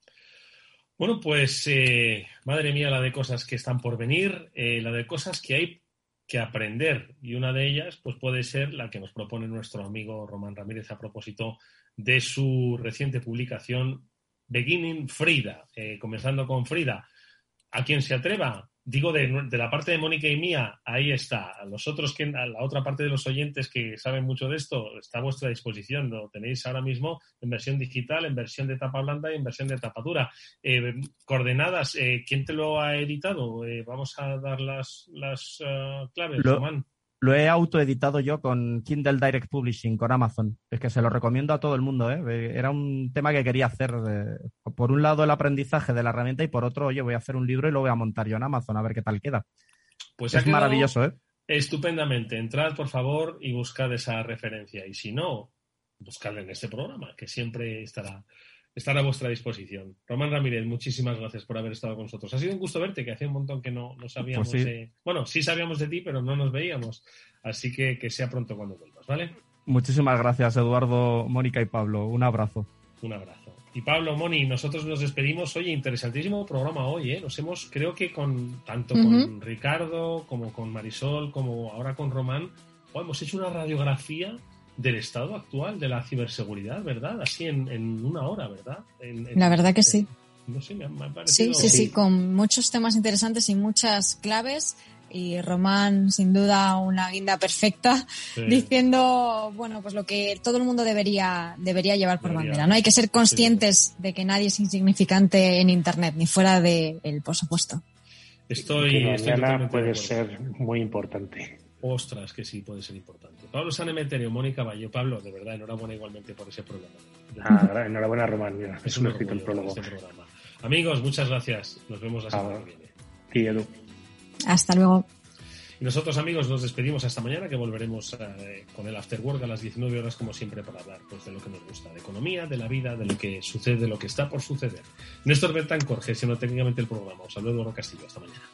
Bueno, pues, eh, madre mía, la de cosas que están por venir, eh, la de cosas que hay que aprender. Y una de ellas, pues puede ser la que nos propone nuestro amigo Román Ramírez a propósito de su reciente publicación Beginning Frida, eh, comenzando con Frida. ¿A quien se atreva? Digo, de, de la parte de Mónica y mía, ahí está. A los otros, que, a la otra parte de los oyentes que saben mucho de esto, está a vuestra disposición. Lo tenéis ahora mismo en versión digital, en versión de tapa blanda y en versión de tapa dura. Eh, coordenadas, eh, ¿quién te lo ha editado? Eh, vamos a dar las, las uh, claves, Lo... Román. Lo he autoeditado yo con Kindle Direct Publishing, con Amazon. Es que se lo recomiendo a todo el mundo, ¿eh? Era un tema que quería hacer. De, por un lado, el aprendizaje de la herramienta y por otro, oye, voy a hacer un libro y lo voy a montar yo en Amazon a ver qué tal queda. Pues es maravilloso, ¿eh? Estupendamente. Entrad, por favor, y buscad esa referencia. Y si no, buscadla en este programa, que siempre estará... estar a vuestra disposición. Román Ramírez, muchísimas gracias por haber estado con nosotros. Ha sido un gusto verte, que hacía un montón que no, no sabíamos pues sí. de... Bueno, sí sabíamos de ti, pero no nos veíamos. Así que que sea pronto cuando vuelvas, ¿vale? Muchísimas gracias, Eduardo, Mónica y Pablo. Un abrazo. Un abrazo. Y Pablo, Moni, nosotros nos despedimos. Oye, interesantísimo programa hoy, ¿eh? Nos hemos, creo que con tanto uh-huh. con Ricardo, como con Marisol, como ahora con Román, oh, hemos hecho una radiografía del estado actual de la ciberseguridad, ¿verdad? Así en, en una hora, ¿verdad? En, en, la verdad que en, sí. No sé, me ha, me ha parecido... Sí, sí, sí, con muchos temas interesantes y muchas claves. Y Román, sin duda, una guinda perfecta, sí. diciendo, bueno, pues lo que todo el mundo debería, debería llevar por debería. bandera, ¿no? Hay que ser conscientes sí. de que nadie es insignificante en Internet, ni fuera de él, por supuesto. Estoy, que estoy mañana puede ser muy importante. Ostras, que sí, puede ser importante. Pablo Sanemeterio, Mónica Bayo. Pablo, de verdad, enhorabuena igualmente por ese programa. Ah, enhorabuena, Román. Mira, es un escrito el prólogo. Este programa. Amigos, muchas gracias. Nos vemos la semana que viene. Sí, Edu. Hasta luego. Y nosotros, amigos, nos despedimos hasta mañana, que volveremos eh, con el After Work a las diecinueve horas, como siempre, para hablar pues, de lo que nos gusta, de economía, de la vida, de lo que sucede, de lo que está por suceder. Néstor Betancor, gestionó técnicamente el programa. Os saludo, Eduardo Castillo. Hasta mañana.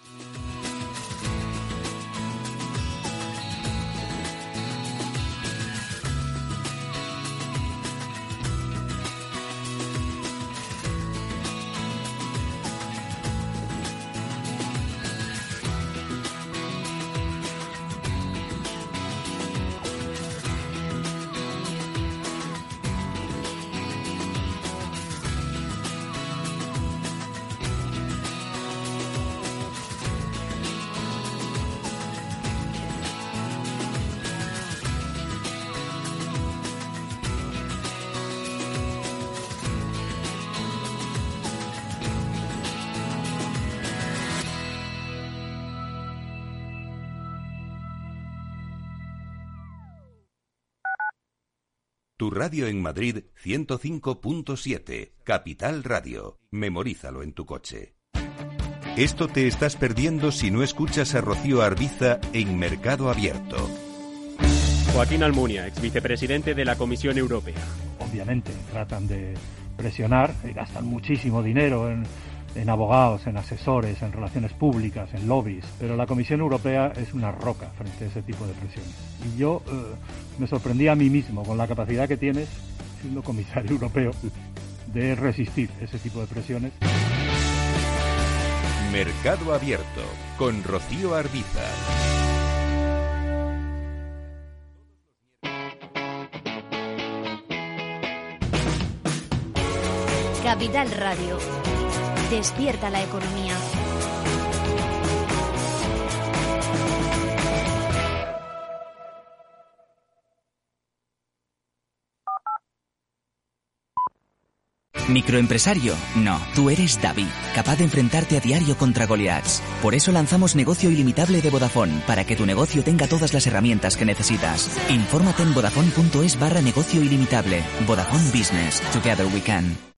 Tu radio en Madrid ciento cinco punto siete, Capital Radio. Memorízalo en tu coche. Esto te estás perdiendo si no escuchas a Rocío Arbiza en Mercado Abierto. Joaquín Almunia, ex vicepresidente de la Comisión Europea. Obviamente tratan de presionar y gastan muchísimo dinero en, en abogados, en asesores, en relaciones públicas, en lobbies, pero la Comisión Europea es una roca frente a ese tipo de presiones. Y yo eh, me sorprendí a mí mismo con la capacidad que tienes, siendo comisario europeo, de resistir ese tipo de presiones. Mercado Abierto, con Rocío Arbiza. Capital Radio. Despierta la economía. ¿Microempresario? No, tú eres David, capaz de enfrentarte a diario contra Goliaths. Por eso lanzamos Negocio Ilimitable de Vodafone, para que tu negocio tenga todas las herramientas que necesitas. Infórmate en vodafone punto es barra negocio ilimitable. Vodafone Business. Together we can.